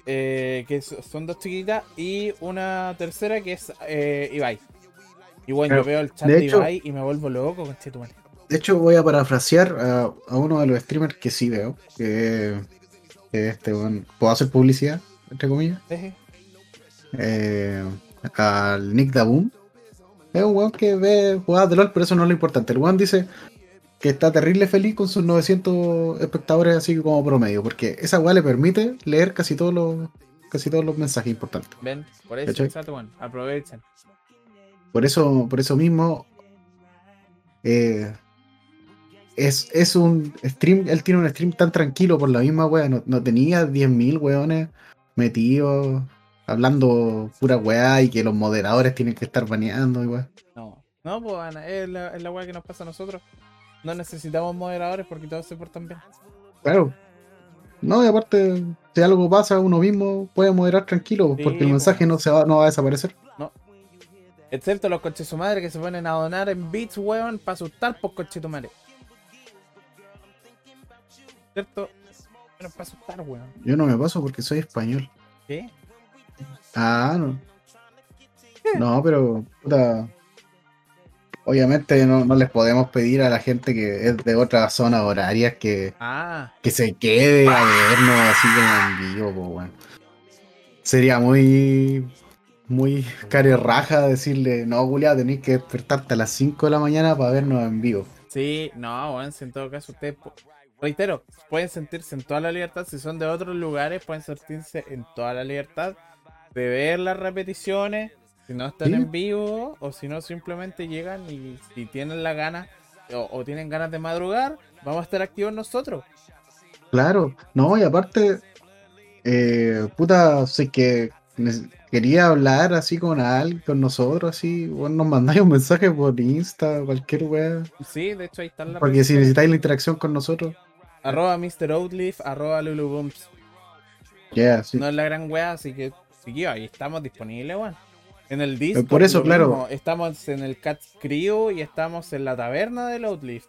son dos chiquitas, y una tercera que es Ibai. Y bueno, yo Pero, veo el chat de de hecho, Ibai y me vuelvo loco, conchetumare. de hecho, voy a parafrasear a uno de los streamers que sí veo, que este, weón, puedo hacer publicidad, entre comillas, Sí, eh, al Nick Daboom. Es un weón que ve jugadas de LOL, pero eso no es lo importante. El weón dice que está terrible feliz con sus 900 espectadores así como promedio, porque esa weá le permite leer casi todos los mensajes importantes. ven, por eso, ¿Cachai? exacto, bueno, aprovechen. Por eso mismo, eh, es un stream, él tiene un stream tan tranquilo por la misma weá, no tenía 10.000 weones metidos hablando pura weá y que los moderadores tienen que estar baneando y weá. No, no, pues Ana, es la weá que nos pasa a nosotros. No necesitamos moderadores porque todos se portan bien. Claro, no, y aparte, si algo pasa, uno mismo puede moderar tranquilo, porque el Sí, pues, mensaje no va a desaparecer. no. Excepto los coches su madre que se ponen a donar en bits, weón, para asustar por coche tu madre. ¿Cierto? Bueno, para asustar, weón. Yo no me paso porque soy español. ¿Qué? Ah, no. No, pero puta, obviamente no les podemos pedir a la gente que es de otras zonas horarias Ah, que se quede a vernos así como en vivo, po, weón. Sería muy raja decirle, no, Julia, tenéis que despertarte a las 5 de la mañana para vernos en vivo. sí, no, weón, si en todo caso ustedes, reitero, pueden sentirse en toda la libertad, si son de otros lugares, pueden sentirse en toda la libertad de ver las repeticiones, si no están Sí, en vivo, o si no simplemente llegan y si tienen la gana o tienen ganas de madrugar, vamos a estar activos nosotros. claro. No, y aparte, puta, sé que quería hablar así con alguien, con nosotros, así, bueno, nos mandáis un mensaje por Insta, cualquier weá, Sí, de hecho ahí están las redes porque si sociales. necesitáis la interacción con nosotros, Arroba Mr. Outleaf, arroba Lulubumps. ya, sí. No es la gran wea, así que chiquillos, ahí estamos disponibles, weón. En el Discord Por eso, lo claro. mismo. Estamos en el Cat Crew y estamos en la taberna del Outleaf.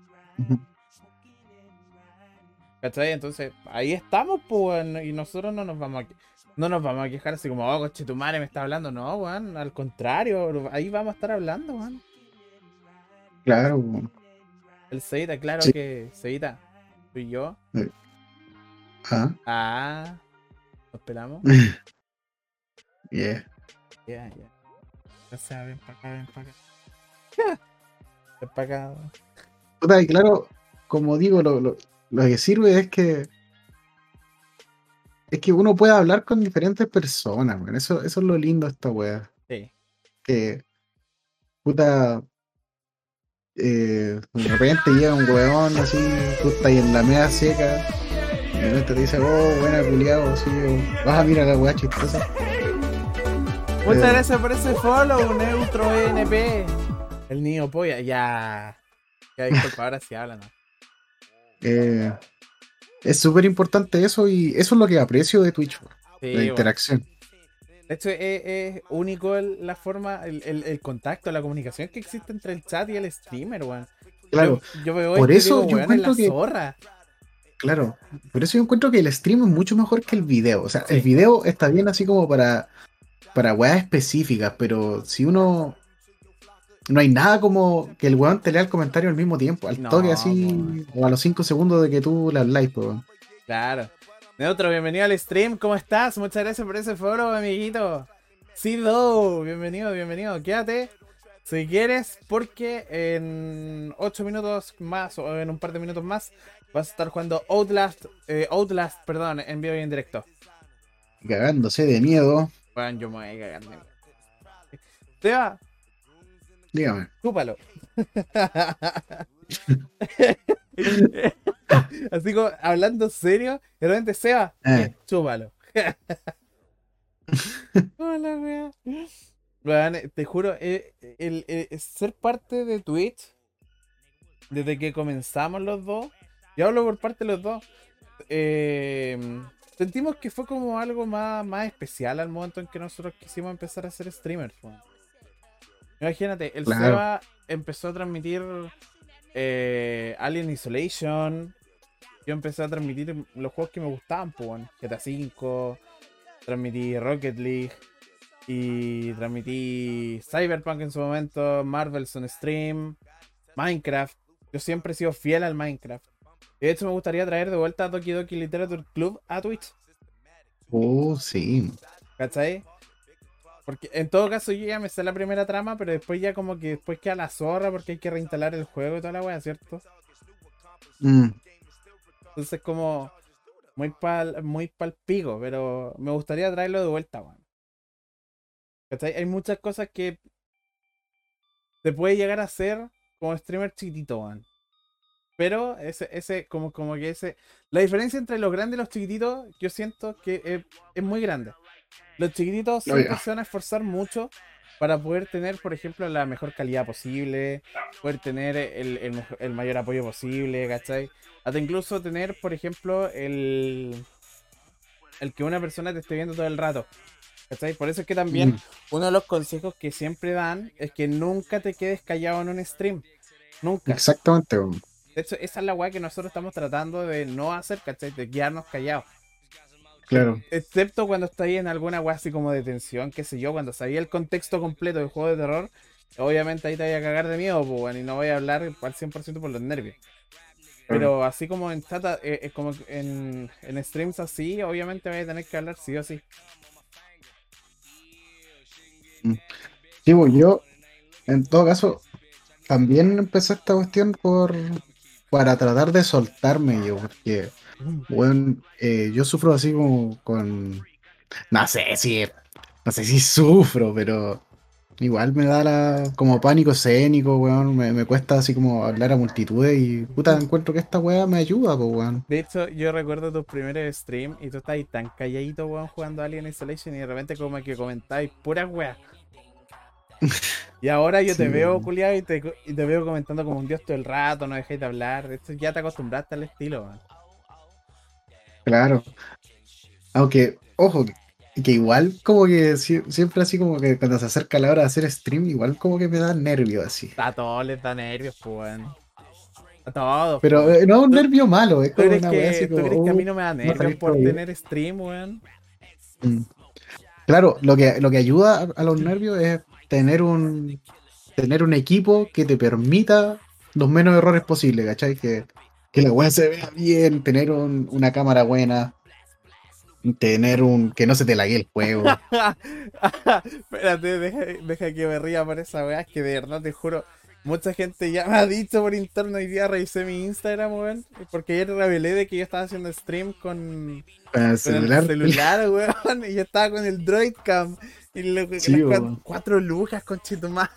¿Cachai? Entonces, ahí estamos, pues, weón, y nosotros no nos vamos a quejar así como, oh, coche, tu madre me está hablando. No, weón, al contrario, ahí vamos a estar hablando, weón. Claro. El Seita, claro Sí. que Seita, tú y yo. Ah. Ah, nos pelamos. Yeah. Ya. O sea, ven para acá, ven para acá. Ven para acá. Puta, y claro, como digo, lo que sirve es que uno puede hablar con diferentes personas, man. Eso es lo lindo de esta wea. Sí. Que, puta, de repente llega un weón así, tú estás ahí en la media seca, y de repente te dice, oh, buena culiao, así, o, vas a mirar la wea chistosa. Muchas gracias por ese follow, Neutro NP. El niño polla, ya. Ya disculpa, ahora sí habla, ¿no? Es súper importante eso, y eso es lo que aprecio de Twitch, la Sí, bueno. interacción. De hecho, es único la forma, el contacto, la comunicación que existe entre el chat y el streamer, weón. Claro, Yo veo por esto y eso digo, yo weón, es la encuentro que, zorra. claro, por eso yo encuentro que el stream es mucho mejor que el video. O sea, el Sí. video está bien así como para weas específicas, pero si uno... No hay nada como que el weón te lea el comentario al mismo tiempo, al No, toque po, así, o a los 5 segundos de que tú le habláis, pues, weón. claro. Neutro, bienvenido al stream, ¿cómo estás? Muchas gracias por ese follow, amiguito. Sido, bienvenido, quédate si quieres, porque en 8 minutos más o en un par de minutos más vas a estar jugando Outlast, perdón, en vivo y en directo. Cagándose de miedo. Bueno, yo me voy a cagar. Seba, Dígame. chúpalo. Así como hablando serio, de repente Seba, chúpalo. Hola, wea. Weón, te juro, ser parte de Twitch, desde que comenzamos los dos, yo hablo por parte de los dos, sentimos que fue como algo más especial al momento en que nosotros quisimos empezar a ser streamers. Weón. Imagínate, el Claro. Seba empezó a transmitir Alien Isolation, yo empecé a transmitir los juegos que me gustaban, pues, bueno, GTA V, transmití Rocket League y transmití Cyberpunk en su momento, Marvel's on Stream, Minecraft. Yo siempre he sido fiel al Minecraft. De hecho, me gustaría traer de vuelta a Doki Doki Literature Club a Twitch. Sí. ¿Cachai? Porque en todo caso yo ya me sé la primera trama, pero después ya como que después queda la zorra porque hay que reinstalar el juego y toda la wea, ¿cierto? Entonces como muy pal pico, pero me gustaría traerlo de vuelta, weón. ¿Cachai? Hay muchas cosas que se puede llegar a hacer como streamer chiquitito, weón. Pero la diferencia entre los grandes y los chiquititos, yo siento que es muy grande. Los chiquititos siempre se van a esforzar mucho para poder tener, por ejemplo, la mejor calidad posible, poder tener el mayor apoyo posible, ¿cachai? Hasta incluso tener, por ejemplo, el que una persona te esté viendo todo el rato, ¿cachai? Por eso es que también uno de los consejos que siempre dan es que nunca te quedes callado en un stream. Nunca. Exactamente, weón. De hecho, esa es la weá que nosotros estamos tratando de no hacer, ¿cachai? De quedarnos callados. Claro. Excepto cuando estáis en alguna weá así como de tensión, qué sé yo, cuando sabía el contexto completo del juego de terror, obviamente ahí te voy a cagar de miedo, pues, bueno, y no voy a hablar al 100% por los nervios. Pero así como en chat, como en streams así, obviamente voy a tener que hablar sí o sí. Sí, pues yo, en todo caso, también empecé esta cuestión para tratar de soltarme yo, porque, bueno, yo sufro así como con, no sé si sufro, pero Igual me da como pánico escénico, weón. Me cuesta así como hablar a multitudes y puta, encuentro que esta weá me ayuda, pues, weón. De hecho, yo recuerdo tus primeros streams y tú estabas ahí tan calladito, weón, jugando Alien Isolation y de repente como que comentáis puras weas. Y ahora yo te Sí, veo, weón. culiado, y te veo comentando como un dios todo el rato, no dejáis de hablar. Esto ya te acostumbraste al estilo, weón. Claro. Aunque, ojo, que igual como que siempre así como que cuando se acerca la hora de hacer stream, igual como que me da nervio así. A todos les da nervios, pues, weón. A todos, Pero pues. no es un ¿Tú, nervio malo, es como una weá así tú como, crees que a mí no me da va a nervios salir por todo bien. tener stream, weón? Mm. Claro, lo que ayuda a los nervios es tener tener un equipo que te permita los menos errores posibles, ¿cachai? Que la weá se vea bien, tener una cámara buena, tener que no se te lague el juego. Espérate, deja que me ría por esa weá, es que de verdad te juro, mucha gente ya me ha dicho por interno, hoy día revisé mi Instagram, weón, porque ayer revelé de que yo estaba haciendo stream Para el con el celular. celular, weón, y yo estaba con el Droidcam, y Sí, las weón. 4 lucas, conchetumare.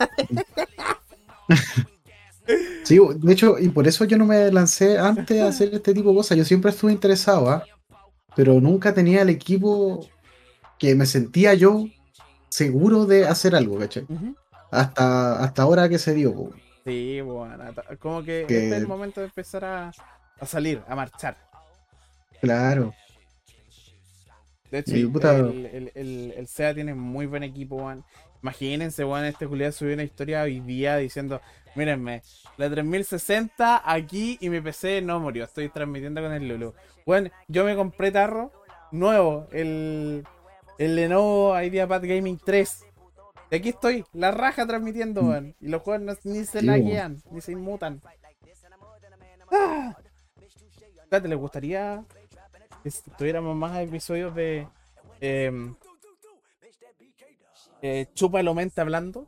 Sí, de hecho, y por eso yo no me lancé antes a hacer este tipo de cosas. Yo siempre estuve interesado, ¿ah? Pero nunca tenía el equipo que me sentía yo seguro de hacer algo, ¿cachai? Ujú. Hasta ahora que se dio, po, Sí, bueno, como que este es el que momento de empezar a salir, a marchar. claro, De hecho, y puta, el SEA tiene muy buen equipo, weón. Imagínense, weón, este Julián subió una historia hoy día diciendo, mírenme, la 3060 aquí y mi PC no murió, estoy transmitiendo con el Lulu. Bueno, yo me compré tarro nuevo, el Lenovo IdeaPad Gaming 3. Y aquí estoy, la raja transmitiendo, weón. Y los juegos ni se sí, po. laguean, ni se inmutan. Ah, espérate, ¿les gustaría que tuviéramos más episodios de em, Chúpalo Mente hablando?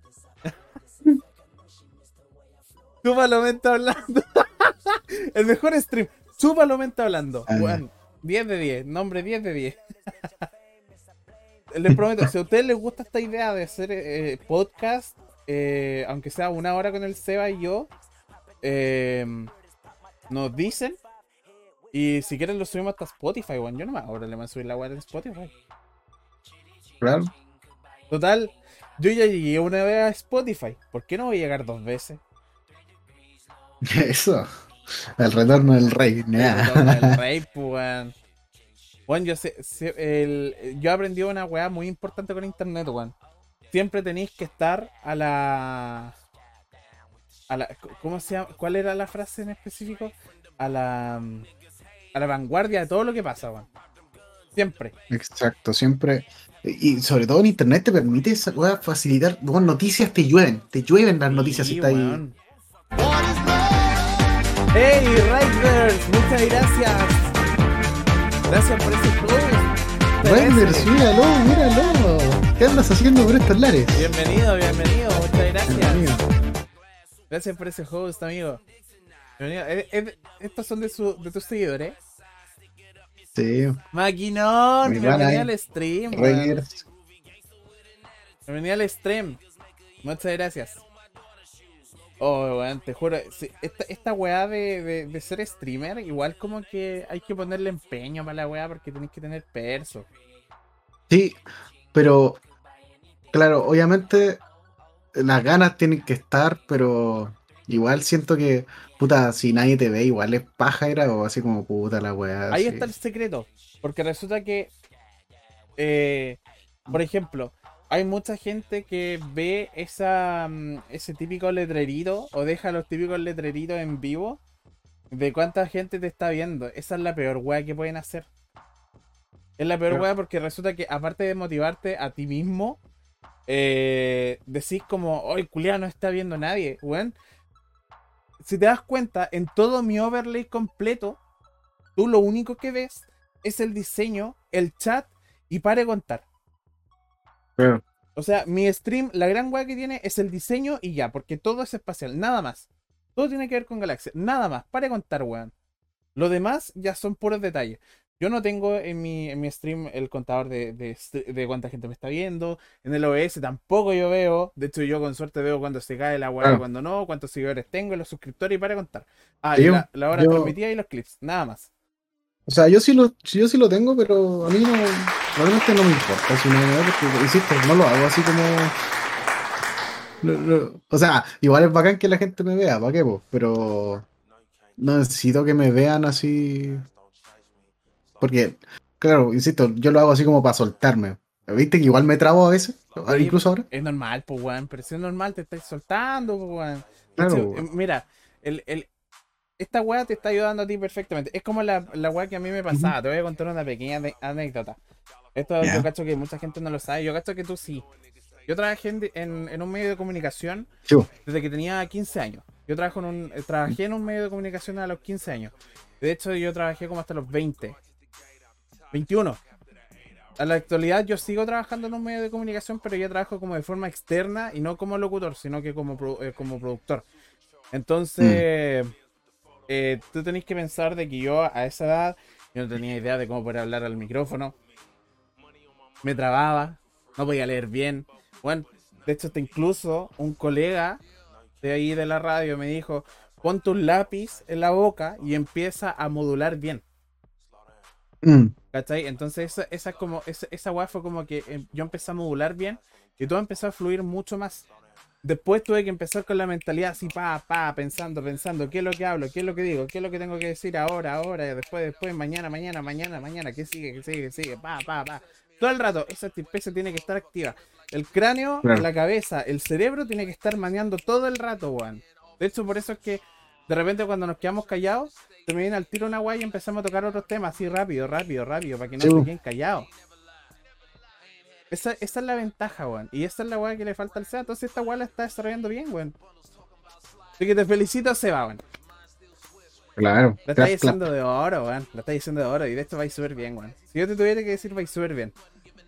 Chúpalo Mente hablando. El mejor stream. Chúpalo Mente hablando. Ah, Weón, 10 de 10. Nombre 10 de 10. Les prometo, si a ustedes les gusta esta idea de hacer podcast, aunque sea 1 hora con el Seba y yo, nos dicen. Y si quieren lo subimos hasta Spotify, weón. Yo no me ahora le voy a subir la weá en Spotify. claro, Total, yo ya llegué una vez a Spotify. ¿Por qué no voy a llegar 2 veces? eso, el retorno del rey, El retorno del nada. rey, pues, weón. Weón, yo aprendí una weá muy importante con internet, weón. Siempre tenéis que estar ¿cómo se llama? ¿Cuál era la frase en específico? A la, a la vanguardia de todo lo que pasa, weón. Siempre. Exacto, siempre. Y sobre todo en internet te permite esa weá facilitar, bueno, noticias te llueven las noticias si Sí, está ahí. weón. ¡Hey, Riders! Muchas gracias. Gracias por ese host. Te Reinders, agradece. míralo. ¿Qué andas haciendo por estos lares? Bienvenido, bienvenido. Muchas Bienvenido. gracias. Gracias por ese host, amigo. Bienvenido. Estos son de tus seguidores. Sí, Maquinón, mi pana bienvenido ahí, al stream, weón. Reinders. Bienvenido al stream. Muchas gracias. Oh, weón, te juro. Sí, esta weá de ser streamer, igual como que hay que ponerle empeño para la weá porque tenéis que tener perso. Sí, pero claro, obviamente las ganas tienen que estar, pero igual siento que, puta, si nadie te ve, igual es pájara o así como puta la weá, Ahí está así. el secreto. Porque resulta que, eh, por ejemplo, hay mucha gente que ve ese típico letrerito o deja los típicos letreritos en vivo de cuánta gente te está viendo. Esa es la peor weá que pueden hacer. Es la peor weá porque resulta que aparte de motivarte a ti mismo, decís como, hoy culiao no está viendo nadie, weón. Si te das cuenta, en todo mi overlay completo, tú lo único que ves es el diseño, el chat y pare de contar. Claro. O sea, mi stream, la gran weá que tiene es el diseño y ya, porque todo es espacial, nada más. Todo tiene que ver con Galaxia, nada más, pare de contar, weón. Lo demás ya son puros detalles. Yo no tengo en mi stream el contador de cuánta gente me está viendo. En el OBS tampoco yo veo. De hecho, yo con suerte veo cuando se cae la weá y Claro. cuando no, cuántos seguidores tengo, los suscriptores y para de contar. Ah, y Sí, la hora yo, transmitida y los clips, nada más. o sea, yo sí lo tengo, pero a mí no, realmente no me importa si no me da, porque, insisto, no lo hago así como, o sea, igual es bacán que la gente me vea, ¿para qué, po? Pero no necesito que me vean así, porque, claro, insisto, yo lo hago así como para soltarme. ¿Viste que igual me trabo a veces? Sí, Incluso ahora. es normal, pues, weón. Pero si es normal, te estás soltando, pues, weón. De hecho, Claro, mira, el, el, esta weá te está ayudando a ti perfectamente. Es como la weá que a mí me ujú, pasaba. Te voy a contar una pequeña anécdota. Esto yo ya, cacho que mucha gente no lo sabe. Yo cacho que tú sí. Yo trabajé en un medio de comunicación sí, po, desde que tenía 15 años. Yo trabajé en un medio de comunicación a los 15 años. De hecho, yo trabajé como hasta los 20, 21. A la actualidad yo sigo trabajando en un medio de comunicación, pero yo trabajo como de forma externa y no como locutor, sino que como productor. mm, Entonces, tú tenés que pensar de que yo a esa edad, yo no tenía idea de cómo poder hablar al micrófono, me trababa, no podía leer bien. Bueno, de hecho, hasta incluso un colega de ahí de la radio me dijo, ponte un lápiz en la boca y empieza a modular bien. mm, ¿Cachai? Entonces esa, como, esa weá fue como que yo empecé a modular bien y todo empezó a fluir mucho más. Después tuve que empezar con la mentalidad así, pensando, qué es lo que hablo, qué es lo que digo, qué es lo que tengo que decir ahora, después, mañana, qué sigue, pa. Todo el rato, esa tipesa tiene que estar activa. El cráneo, claro. la cabeza, el cerebro tiene que estar maneando todo el rato, weón. De hecho, por eso es que de repente cuando nos quedamos callados, se me viene al tiro una weá y empezamos a tocar otros temas así rápido, para que no Sí, se po, queden callados. Esa es la ventaja, weón. Y esa es la weá que le falta al SEA. Entonces esta weá la está desarrollando bien, weón. Así que te felicito, Seba, weón. claro, La estáis craft clap. diciendo de oro, weón. La estáis diciendo de oro. Y de esto vais súper bien, weón. Si yo te tuviera que decir, vais súper bien.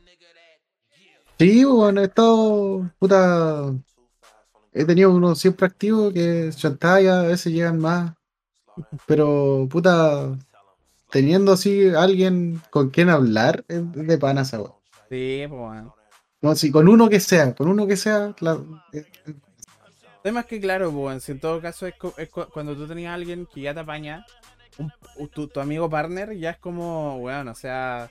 Sí, bueno, he estado, puta, he tenido uno siempre activo que chantalla, a veces llegan más, pero puta, teniendo así alguien con quien hablar es de pana esa wea. Sí, pues, weón. No, sí, con uno que sea, eh, Además que claro, pues, weón. Si en todo caso cuando tú tenías a alguien que ya te apaña, tu amigo partner, ya es como, weón, o sea.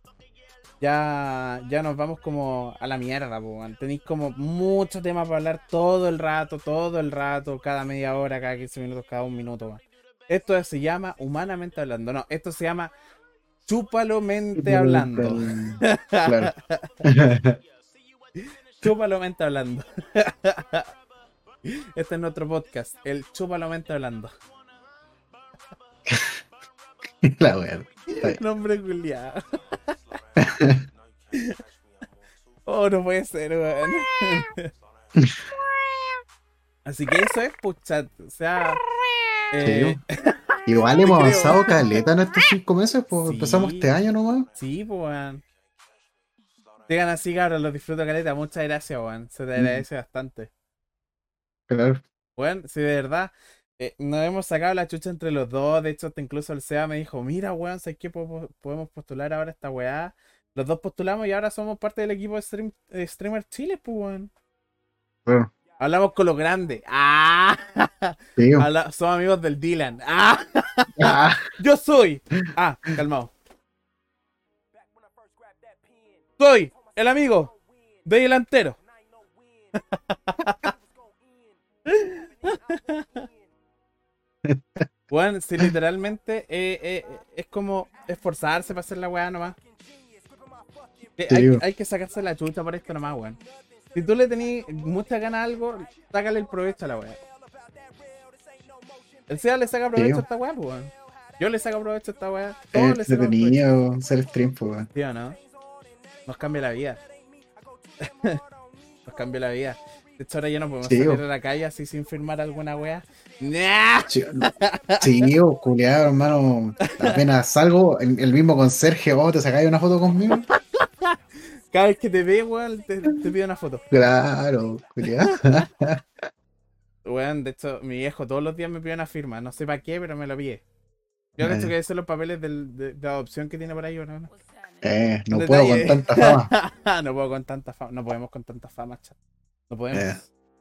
Ya nos vamos como a la mierda, po, weón. Tenéis como muchos temas para hablar todo el rato, cada media hora, cada 15 minutos, cada un minuto, weón. Esto se llama humanamente hablando, no, esto se llama chúpalo mente simplemente hablando. claro. Chúpalo mente hablando. Este es nuestro podcast, el chúpalo mente hablando. La wea. Está bien. Nombre culiado. Oh, no puede ser, weón. Así que eso es, pues, chat. O sea, Sí, eh, igual te hemos creo. avanzado caleta en estos 5 meses, pues empezamos este Sí, año nomás. sí, pues, weón. Sigan así, cabros, los disfruto caleta. Muchas gracias, weón. Se te Mm, agradece bastante. claro. Weón, si de verdad nos hemos sacado la chucha entre los dos. De hecho, hasta incluso el SEA me dijo, mira, weón, ¿sabes qué? Podemos postular ahora esta weá. Los dos postulamos y ahora somos parte del equipo de Streamer Chile, pues, weón. Claro. Hablamos con los grandes. ¡Ah! Sí, Somos amigos del Dylan. ¡Ah! ah, Yo soy. Ah, calmado. Soy el amigo de delantero. Weón, si literalmente es como esforzarse para hacer la weá nomás. sí, Hay que sacarse la chucha por esto nomás, weón. Si tú le tenés mucha gana a algo, sácale el provecho a la weá. El SEA le saca sí. provecho a esta weá, pues, weón. Yo le saco provecho a esta weá. Es Todos le sacamos provecho. entretenido hacer stream, pues, weón. ¿Sí o no? Nos cambia la vida. Nos cambia la vida. De hecho, ahora ya no podemos Sí, salir a la calle así sin firmar alguna wea. ¡Nah! sí, sí, culiado, hermano. Apenas salgo, el mismo conserje, vos te sacáis una foto conmigo. Cada vez que te ve, weón, te pido una foto. Claro, culiado. Weón, de hecho, mi viejo todos los días me pide una firma. No sé para qué, pero me lo pide. Yo cacho que esos son los papeles de adopción que tiene por ahí, ¿no? No Un puedo con detalle. tanta fama. No puedo con tanta fama. No podemos con tanta fama, chat. No podemos. Eh.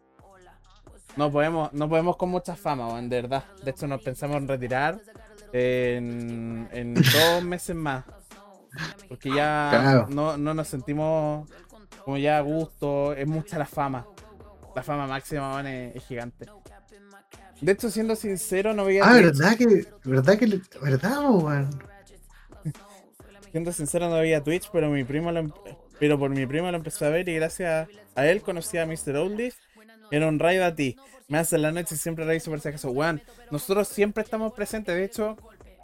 No podemos con mucha fama, weón, de verdad. De hecho, nos pensamos en retirar en 2 meses más. Porque ya Claro. no nos sentimos como ya a gusto. Es mucha la fama. La fama máxima, weón, es gigante. De hecho, siendo sincero, no veía Twitch. ¿Verdad, weón? Siendo sincero, no veía Twitch, pero pero por mi primo lo empecé a ver y gracias a él conocí a Mr. Oldie. Era un raid a ti. Me hace en la noche siempre raid super si acaso. Weón, nosotros siempre estamos presentes. De hecho,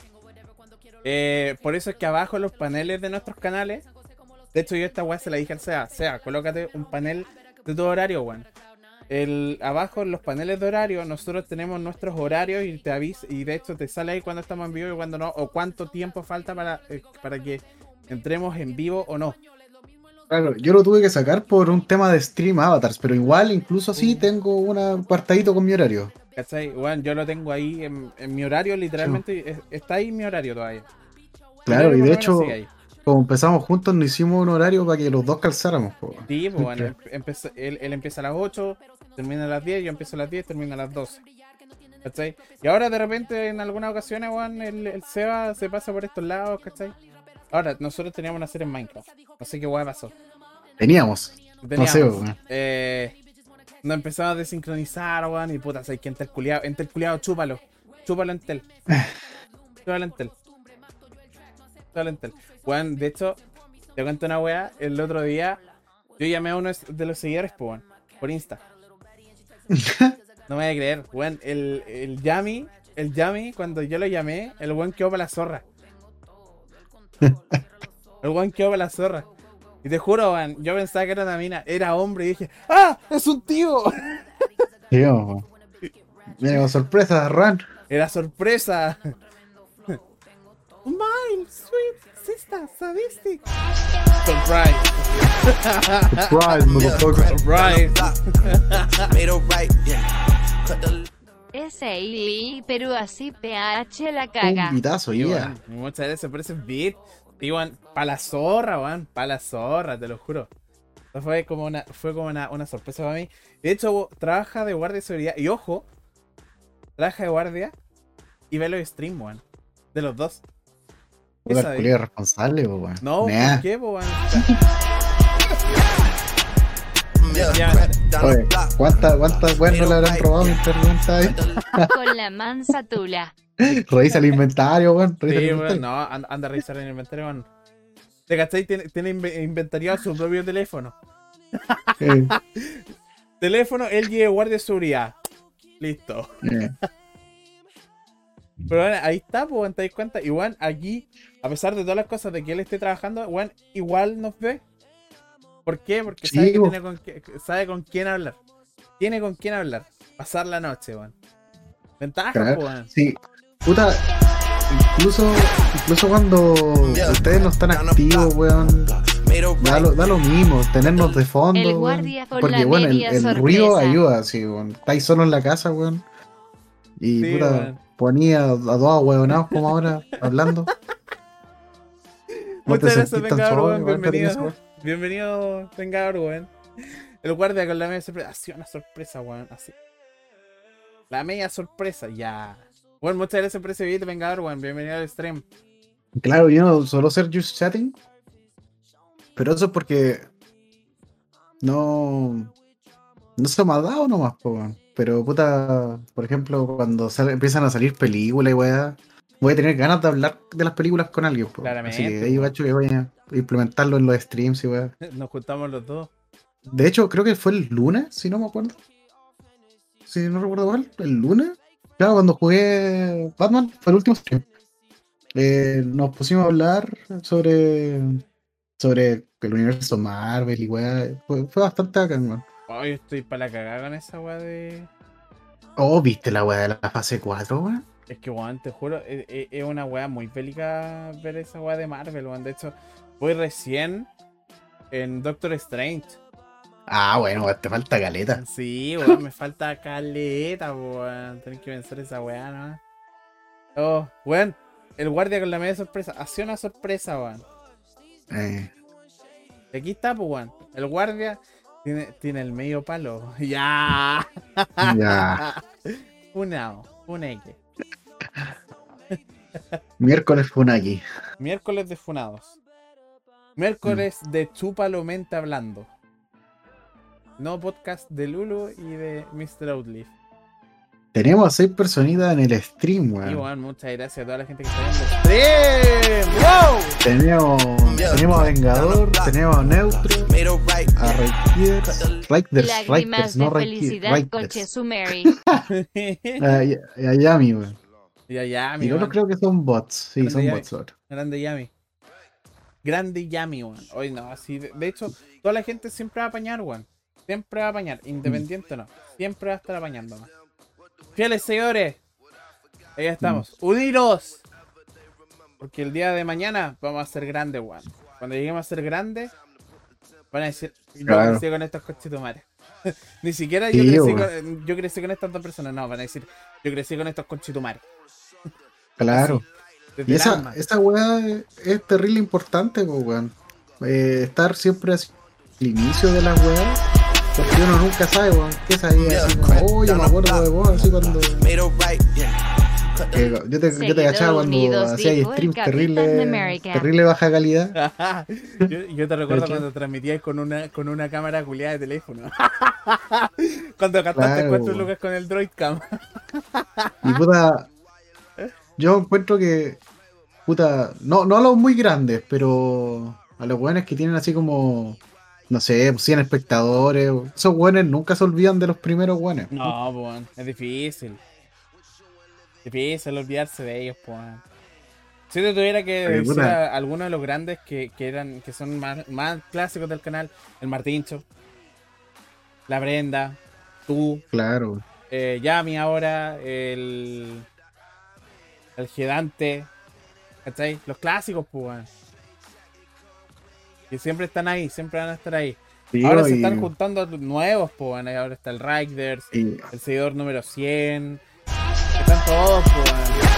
por eso es que abajo en los paneles de nuestros canales. De hecho, yo esta weá se la dije al Sea, colócate un panel de tu horario, weón. Abajo en los paneles de horario, nosotros tenemos nuestros horarios y te avisa, y de hecho te sale ahí cuando estamos en vivo y cuando no, o cuánto tiempo falta para que entremos en vivo o no. Claro, yo lo tuve que sacar por un tema de stream avatars, pero igual, incluso así, tengo un apartadito con mi horario. ¿Cachai? Bueno, yo lo tengo ahí en mi horario, literalmente, está ahí mi horario todavía. Claro, Mi horario y por de lo menos hecho, sigue ahí. como empezamos juntos, nos hicimos un horario para que los dos calzáramos. Po. Sí, pues bueno, él empieza a las 8, termina a las 10, yo empiezo a las 10, termina a las 12. ¿Cachai? Y ahora de repente en algunas ocasiones, weón, el Seba se pasa por estos lados, ¿cachai? Ahora, nosotros teníamos una serie en Minecraft. No sé qué weá pasó. Teníamos. No sé, weón. Nos empezamos a desincronizar, weón, y puta, ¿sabes qué? Entel culiado, chúpalo. Chúpalo Entel. Chúpalo Entel. Chúpalo Entel. Weón, de hecho, te cuento una weá, el otro día yo llamé a uno de los seguidores, pues, weón, por Insta. No me voy a creer, weón, el Yami, cuando yo lo llamé, el weón quedó para la zorra. El weón quedó para la zorra. Y te juro, weón, yo pensaba que era una mina, era hombre, y dije, ¡ah! ¡Es un tío! Tío, mira, con sorpresa, Ran. Era sorpresa. My sweet sister, ¿sabiste? Surprise. Surprise, motherfucker. Surprise. S.I.I. Perú así PH la caga. Un pitazo, Sí, ya. weón, muchas gracias por ese beat. Sí, weón, pa' la zorra, weón, pa' la zorra, te lo juro. Eso fue como una sorpresa para mí. De hecho, trabaja de guardia de seguridad. Y ojo, trabaja de guardia y ve los streams, weón. De los dos. ¿Qué Puta, sabes? culiao responsable, po, weón. No, Nah. ¿por qué, po, weón? Oye, ¿cuántas weas no le habrán robado mientras weón está ahí? Con la mansa tula. Revisa el inventario, weón. Revisa el Sí, inventario. weón, no, anda a revisar el inventario, weón. ¿Te cachai? Tiene inventariado su propio teléfono. Eh, Teléfono, LG de guardia de seguridad. Listo. eh. Pero bueno, ahí está, pues, weón, te das cuenta. Igual aquí, a pesar de todas las cosas de que él esté trabajando, weón, igual nos ve. ¿Por qué? Porque Sí, sabe que po. sabe con quién hablar. Tiene con quién hablar. Pasar la noche, weón. Ventaja, Claro. pues, weón. Sí, puta, incluso cuando ustedes no están activos, weón, da lo mismo, tenernos de fondo, El weón, guardia con porque la bueno, media el sorpresa. ruido ayuda, sí, weón, estáis solo en la casa, weón, y Sí, puta, weón. ponía a dos huevonados como ahora, hablando. No te Muchas gracias, sentís tan Vengador, solo, weón. weón, Bienvenido. Bienvenido, Vengador, weón. El guardia con la media sorpresa. Ha sido una sorpresa, weón. Así. La media sorpresa, ya. Bueno, muchas gracias por ese video, Vengador, weón. Bienvenido al stream. Claro, yo no suelo ser just chatting, pero eso es porque no se me ha dado nomás, po, weón. Pero puta, por ejemplo, cuando empiezan a salir películas y weá, voy a tener ganas de hablar de las películas con alguien, po. Claramente, Así que ahí po. gacho que voy a implementarlo en los streams y weá. Nos juntamos los dos. De hecho, creo que fue el lunes, si no me acuerdo. Si no recuerdo mal, el lunes. Claro, cuando jugué Batman, fue el último stream. Nos pusimos a hablar sobre el universo Marvel y weá. Fue bastante bacán, weón. Hoy estoy para la cagada con esa weá de. Oh, ¿viste la weá de la fase 4, weón? Es que, weón, te juro, es una weá muy bélica ver esa weá de Marvel, weón. De hecho, voy recién en Doctor Strange. Ah, bueno, weón, te falta caleta. Sí, weón, me falta caleta, weón. Tenés que vencer esa weá, ¿no? Oh, weón, el guardia con la media sorpresa. Hacía una sorpresa, weón. Y aquí está, pues, weón. El guardia tiene el medio palo. ¡Ya! Ya. Funao. Funeque. Miércoles Funaki. Miércoles de funados. Miércoles de Chúpalo Mente Hablando. No podcast de Lulu y de Mr. Outlive. Tenemos a 6 personitas en el stream, Y weón. bueno, muchas gracias a toda la gente que está viendo el stream. ¡Wow! Tenemos a Vengador, tenemos a Neutro, a Raiders, Lágrimas de no felicidad, coche Sumeri. a Yami, weón. Ya, Y mi los otros creo que son bots, sí, Grande son Yami. bots ahora. Grande Yami. Grande Yami, weón. Hoy no, así. De hecho, toda la gente siempre va a apañar, weón. Siempre va a apañar. Independiente o no. Siempre va a estar apañando, weón. Fieles seguidores. Ahí estamos. Unidos. Porque el día de mañana vamos a ser grandes, weón. Cuando lleguemos a ser grandes, van a decir, yo Claro. crecí con estos conchitumares. Ni siquiera Sí, yo crecí con estas dos personas. No, van a decir, yo crecí con estos conchitumares. Claro. Desde Y el alma. esa weá es terrible importante, pues, weón. Estar siempre así, al inicio de las weas, porque uno nunca sabe, weón. ¿Qué sabía? Así como, oh, yo me acuerdo de vos, así cuando. Yo te cachaba cuando Unidos, hacía dijo el streams Capitán América. terrible baja calidad. yo te recuerdo ¿Cachai? cuando transmitías con una cámara culiada de teléfono. Cuando gastaste Claro, 4 weón. lucas con el Droid Cam. Y puta, yo encuentro que, puta, no a los muy grandes, pero a los weones que tienen así como, no sé, 100 espectadores, esos weones nunca se olvidan de los primeros weones. No, pues, es difícil. Difícil olvidarse de ellos, pues. Si te tuviera que Oye, decir puta. a algunos de los grandes que son más clásicos del canal, el Martincho, la Brenda, tú, Claro. Yami ahora, el Gigante, ¿cachai? Los clásicos, pues, weón. Que siempre están ahí, siempre van a estar ahí. Sí, Ahora no, se y- están juntando nuevos, pues, weón. Ahora está el Raiders, y- el seguidor número 100. Están todos, pues, weón.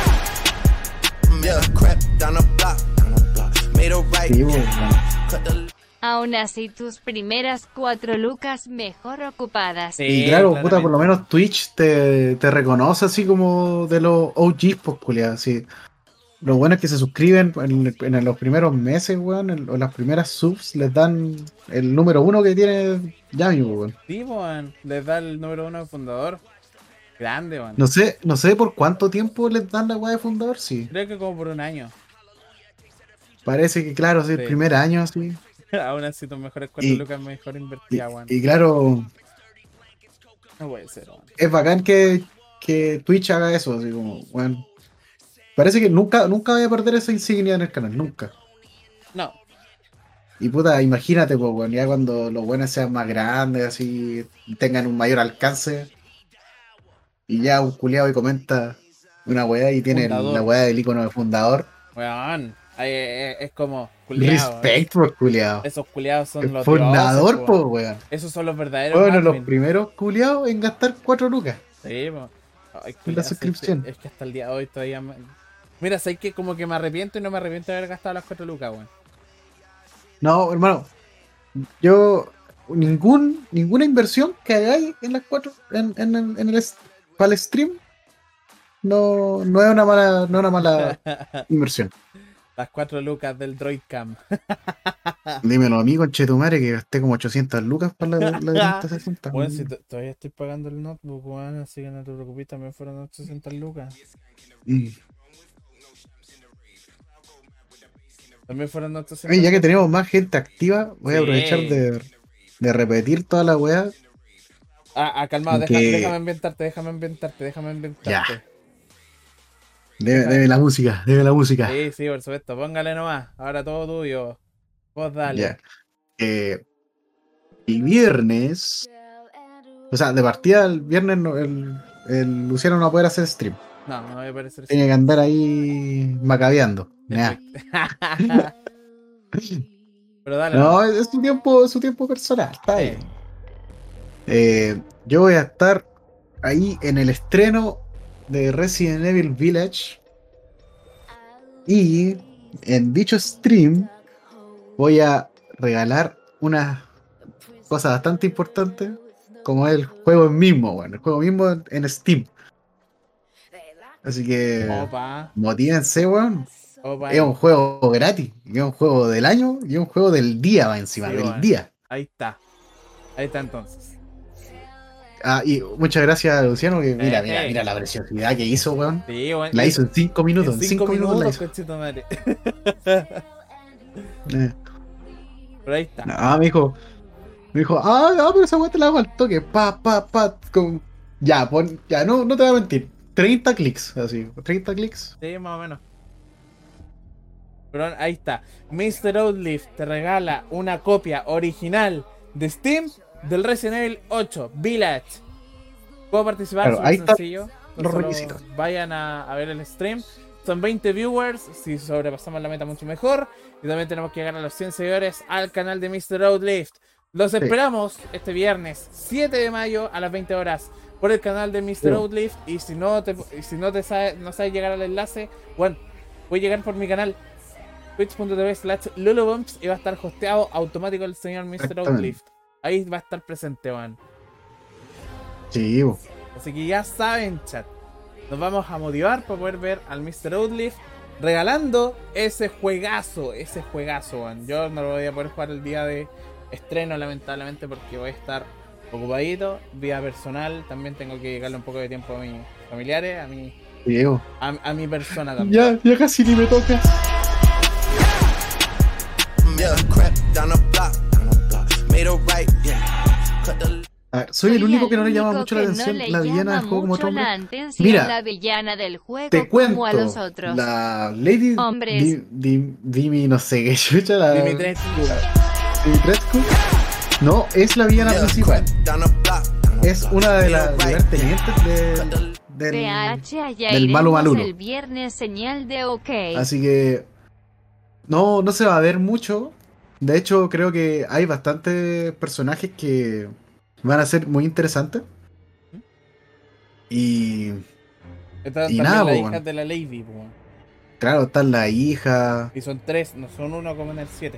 sí, weón. Aún así, tus primeras 4 lucas mejor ocupadas. Sí, Y claro, puta, claramente. por lo menos Twitch te reconoce así como de los OGs, pues, culiados, así. Lo bueno es que se suscriben en los primeros meses, weón, o las primeras subs les dan el número 1 que tiene Yami, weón. Sí, pues, weón. Les da el número 1 de fundador. Grande, weón. No sé por cuánto tiempo les dan la weá de fundador, sí. Creo que como por un año. Parece que, claro, es el Sí. primer año, así. Aún así, tus mejores 4 Y- lucas mejor Y, invertidas, weón. y claro, No puede ser, weón. es bacán que Twitch haga eso, así como, weón. Parece que nunca voy a perder esa insignia en el canal, nunca. No. Y puta, imagínate, pues, weón, ya cuando los buenos sean más grandes, así, tengan un mayor alcance, y ya un culiado y comenta una weá y tiene Fundador. la weá del icono de fundador. Weón. Es como culiao, Respect, pues, culiado. Esos culiados son El los fundador, dioses, pues, po. weón. Esos son los verdaderos Bueno, los admin. primeros culiados en gastar 4 lucas. Sí, po. Ay, la culiao, suscripción. Es que hasta el día de hoy todavía Mira, sé que como que me arrepiento y no me arrepiento de haber gastado las 4 lucas, weón. No, hermano, yo ninguna inversión que hagáis en las 4 para el stream no es una mala inversión. Las 4 lucas del Droid Cam. Dímelo a mí, conchetumare, que gasté como 800 lucas para la de 3060. Bueno, si todavía estoy pagando el notebook, weón, así que no te preocupes, también fueron 800 lucas. Mm. También fueron 800 Oye, ya que lucas. tenemos más gente activa, voy a Sí. aprovechar de repetir toda la weá. Calmado, Que- déjame ambientarte. Ya. Deme la música, deme la música. Sí, por supuesto, póngale nomás. Ahora todo tuyo. Vos dale. Ya. El viernes, o sea, de partida el viernes el Luciano no va a poder hacer stream. No voy a aparecer Tiene que andar ahí macabeando. Nah. Pero dale. No, es su tiempo personal, está Sí. bien. Yo voy a estar ahí en el estreno de Resident Evil Village. Y en dicho stream voy a regalar una cosa bastante importante, como es el juego mismo, bueno, el juego mismo en Steam. Así que Opa, motívense, weón. opa, Es un juego gratis, y es un juego del año y es un juego del día, va encima, sí, del weón. día. Ahí está. Ahí está entonces. Ah, y muchas gracias a Luciano, que mira, mira, Ejé. mira la preciosidad que hizo, weón. Sí, weón. La Y hizo eso, en 5 minutos, en en 5 5 minutos la minutos, hizo. conchito madre. Eh, Pero ahí está. No, me dijo, pero esa weá te la hago al toque, ya, ya, no te voy a mentir, 30 clics, así, 30 clics. Sí, más o menos. Pero ahí está. Mr. Outlive te regala una copia original de Steam del Resident Evil 8 Village. Puedo participar, Claro, súper ahí está sencillo. los Solo requisitos. vayan a ver el stream. Son 20 viewers. Si sobrepasamos la meta, mucho mejor. Y también tenemos que llegar a los 100 seguidores al canal de Mr. Outlive. Los Sí. esperamos este viernes 7 de mayo a las 20 horas por el canal de Mr. Sí. Outlive. Y si no no sabes llegar al enlace, bueno, voy a llegar por mi canal twitch.tv/lulubumps y va a estar hosteado automático el señor Mr. Exactamente. Outlive. Ahí va a estar presente, man. Sí, bo. Así que ya saben, chat. Nos vamos a motivar para poder ver al Mr. Outlive regalando ese juegazo, man. Yo no lo voy a poder jugar el día de estreno, lamentablemente, porque voy a estar ocupadito. Vida personal, también tengo que dedicarle un poco de tiempo a mis familiares, Sí, bo. a mi persona también. Ya casi ni me toca. A ver, soy el único que no le llama mucho la atención la villana del juego como otro hombre. Mira, la villana del juego Te como a los cuento, otros. la Lady Hombres. Dimi, no sé qué chucha, la Dimitrescu. Dimitrescu, no es la villana principal, es una de las tenientes del PH, allá del malo iremos malulo. el viernes, señal de ok. Así que no se va a ver mucho. De hecho, creo que hay bastantes personajes que van a ser muy interesantes. Y Están Y también nada, las po, hijas weón. de la Lady, po, weón. Claro, está la hija. Y son 3, no son 1 como en el 7.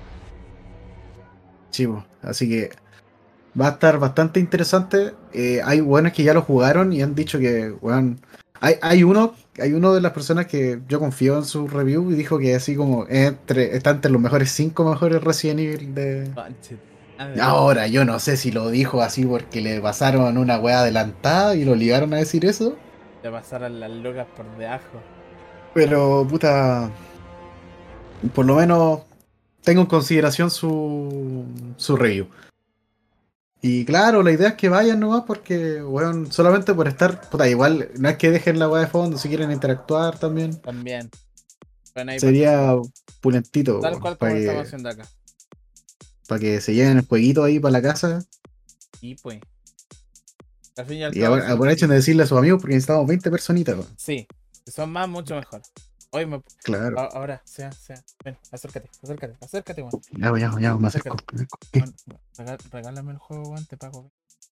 Chivo. Así que va a estar bastante interesante. Hay buenos que ya lo jugaron y han dicho que, weón. Hay uno de las personas que yo confío en su review y dijo que así como está entre los mejores 5 mejores Resident Evil de. Ahora, yo no sé si lo dijo así porque le pasaron una weá adelantada y lo obligaron a decir eso. De pasar a las locas por debajo. Pero, puta. Por lo menos tengo en consideración su review. Y claro, la idea es que vayan nomás porque, weón, solamente por estar, puta, igual no es que dejen la weá de fondo, si quieren interactuar también. También. Bueno, ahí Sería pulentito, tal weón, cual como para estamos que, haciendo acá. se lleven el jueguito ahí para la casa. Y pues. Al fin y al Y cabo, aprovechen de decirle a sus amigos porque necesitamos 20 personitas, weón. sí, si son más, mucho mejor. Hoy Claro. ahora, sea. Ven, acércate, weón. Ya, me acerco. ¿Qué? Weón, regálame el juego, weón, te pago.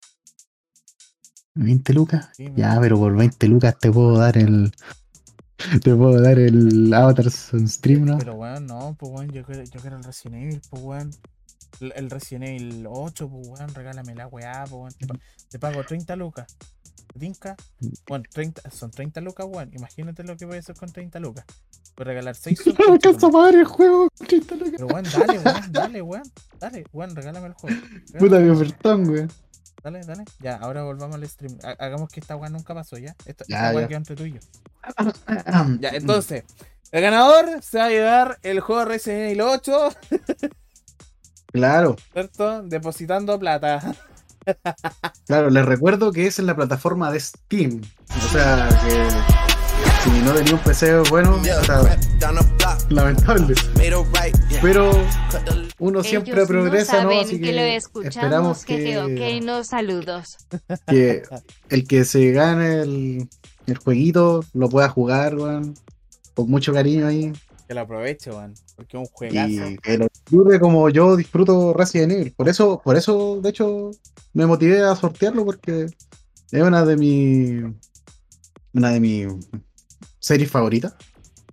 20 lucas. Sí, Ya, pero por 20 lucas te puedo dar el. Te puedo dar el Avatar on Stream, ¿no? Pero weón, no, pues weón, yo quiero el Resident Evil, pues weón. El Resident Evil 8, pues weón, regálame la weá, pues weón. Te pago 30 lucas. ¿Tinca? Bueno, son 30 lucas, weón. Imagínate lo que voy a hacer con 30 lucas. Voy a regalar 6 No me alcanza a pagar el juego. 30 lucas. Pero weón, dale, weón, regálame el juego. Puta mi ofertón, weón. Dale. Ya, ahora volvamos al stream. Hagamos que esta weá nunca pasó, ¿ya? Ya, Esta weá ya. quedó entre tú y yo. Ya, entonces, el ganador se va a llevar el juego Resident Evil 8, Claro, ¿cierto? Depositando plata. les recuerdo que es en la plataforma de Steam. O sea, que si no tenía un PC bueno, o sea, lamentable. Pero uno siempre Ellos progresa, no ¿no? saben Así que lo que escuchamos, esperamos que ok, no saludos. que el que se gane el jueguito lo pueda jugar, weón, con mucho cariño ahí. Que lo aproveche, weón. Porque es un juegazo. Y que lo disfrute como yo disfruto Resident Evil. Por eso, de hecho, me motivé a sortearlo porque es una de mis series favoritas.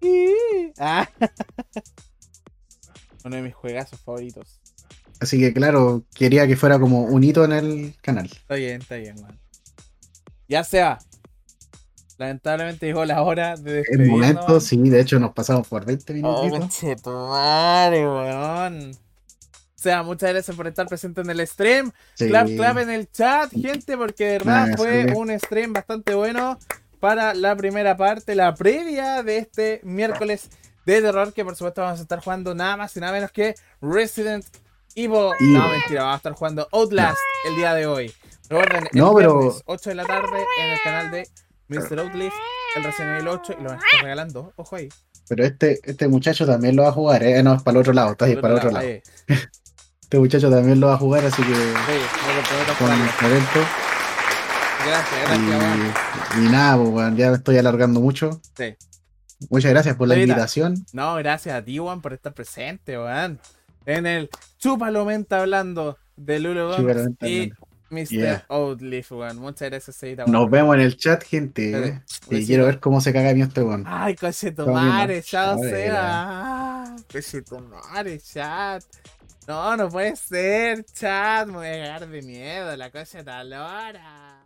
Ah, uno de mis juegazos favoritos. Así que claro, quería que fuera como un hito en el canal. Está bien, man. Ya se va. Lamentablemente llegó la hora de En momentos, despedirnos. sí, de hecho nos pasamos por 20 Oh, minutitos. conchetumare, weón. O sea, muchas gracias por estar presente en el stream. Sí. Clap en el chat, gente, porque de verdad Nada, fue sale. un stream bastante bueno para la primera parte, la previa de este miércoles de terror, que por supuesto vamos a estar jugando nada más y nada menos que Resident Evil. No, mentira, vamos a estar jugando Outlast el día de hoy. Recuerden, el No, pero- viernes 8 de la tarde en el canal de Mr. Outlive, el Resident Evil 8, y lo van a estar regalando, ojo ahí. Pero este muchacho también lo va a jugar, ¿eh? No, es para el otro lado, está ahí, para el otro lado. Ahí. Este muchacho también lo va a jugar, así que Sí, me comprometo a con jugarlo. talento. Gracias, weón. Y nada, pues, weón, ya me estoy alargando mucho. Sí. Muchas gracias por la Lolita. invitación. No, gracias a ti, Juan, por estar presente, weón. En el Chúpalo Menta hablando de Lulu Gomes Chúpalo Menta y hablando. Mr. Yeah. Outlive, weón. Muchas gracias, Seita, Nos vemos en el chat, gente. Dale, Y besito. quiero ver cómo se caga mi este weón. Ay, coche tu Estamos viendo. madre, chao, A ver, Seba. Coche tu madre, chat. No, no puede ser, chat. Me voy a cagar de miedo, la cosa está lora.